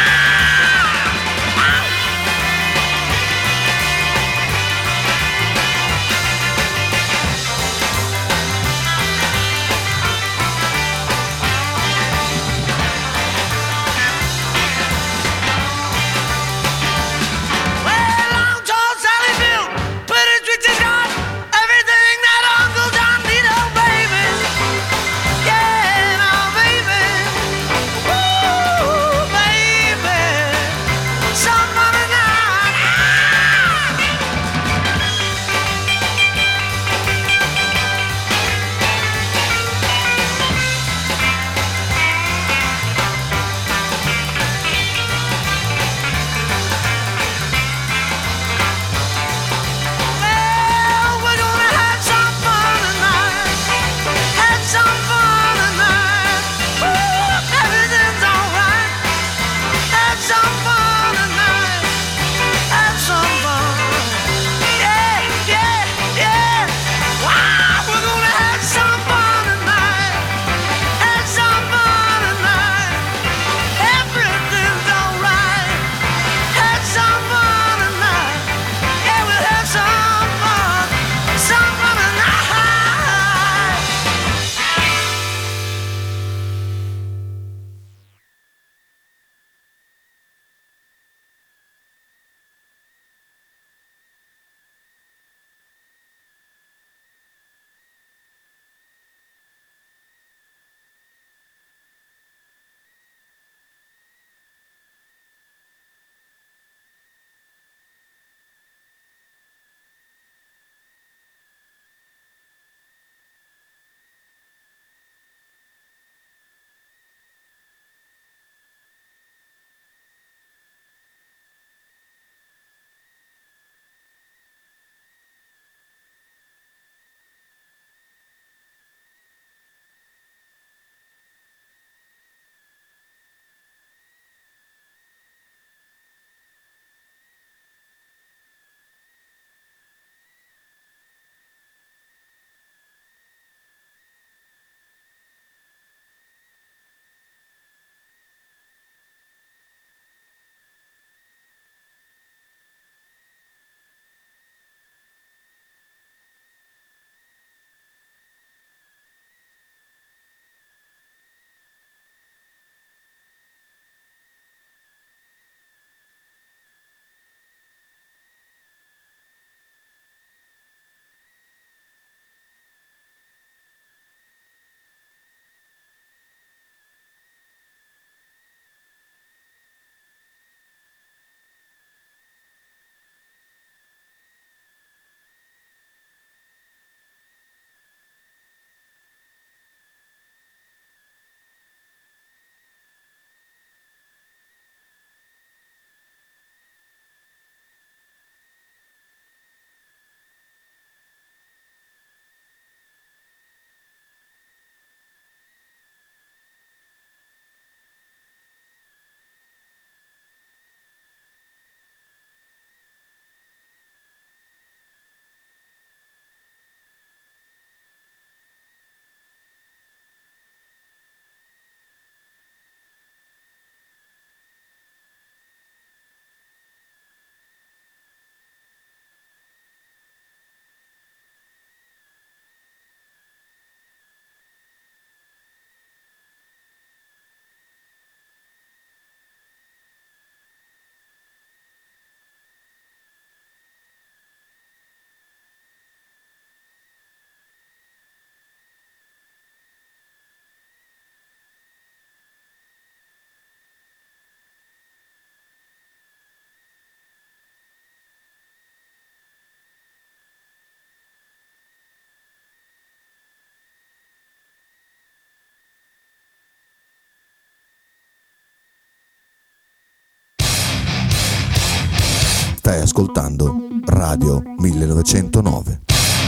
Stai ascoltando Radio 1909.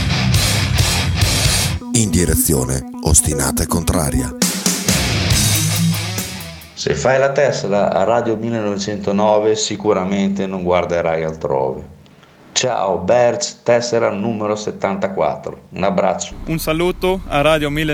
In direzione ostinata e contraria. Se fai la Tesla a Radio 1909 sicuramente non guarderai altrove. Ciao, Berz, tessera numero 74. Un abbraccio. Un saluto a Radio 1909.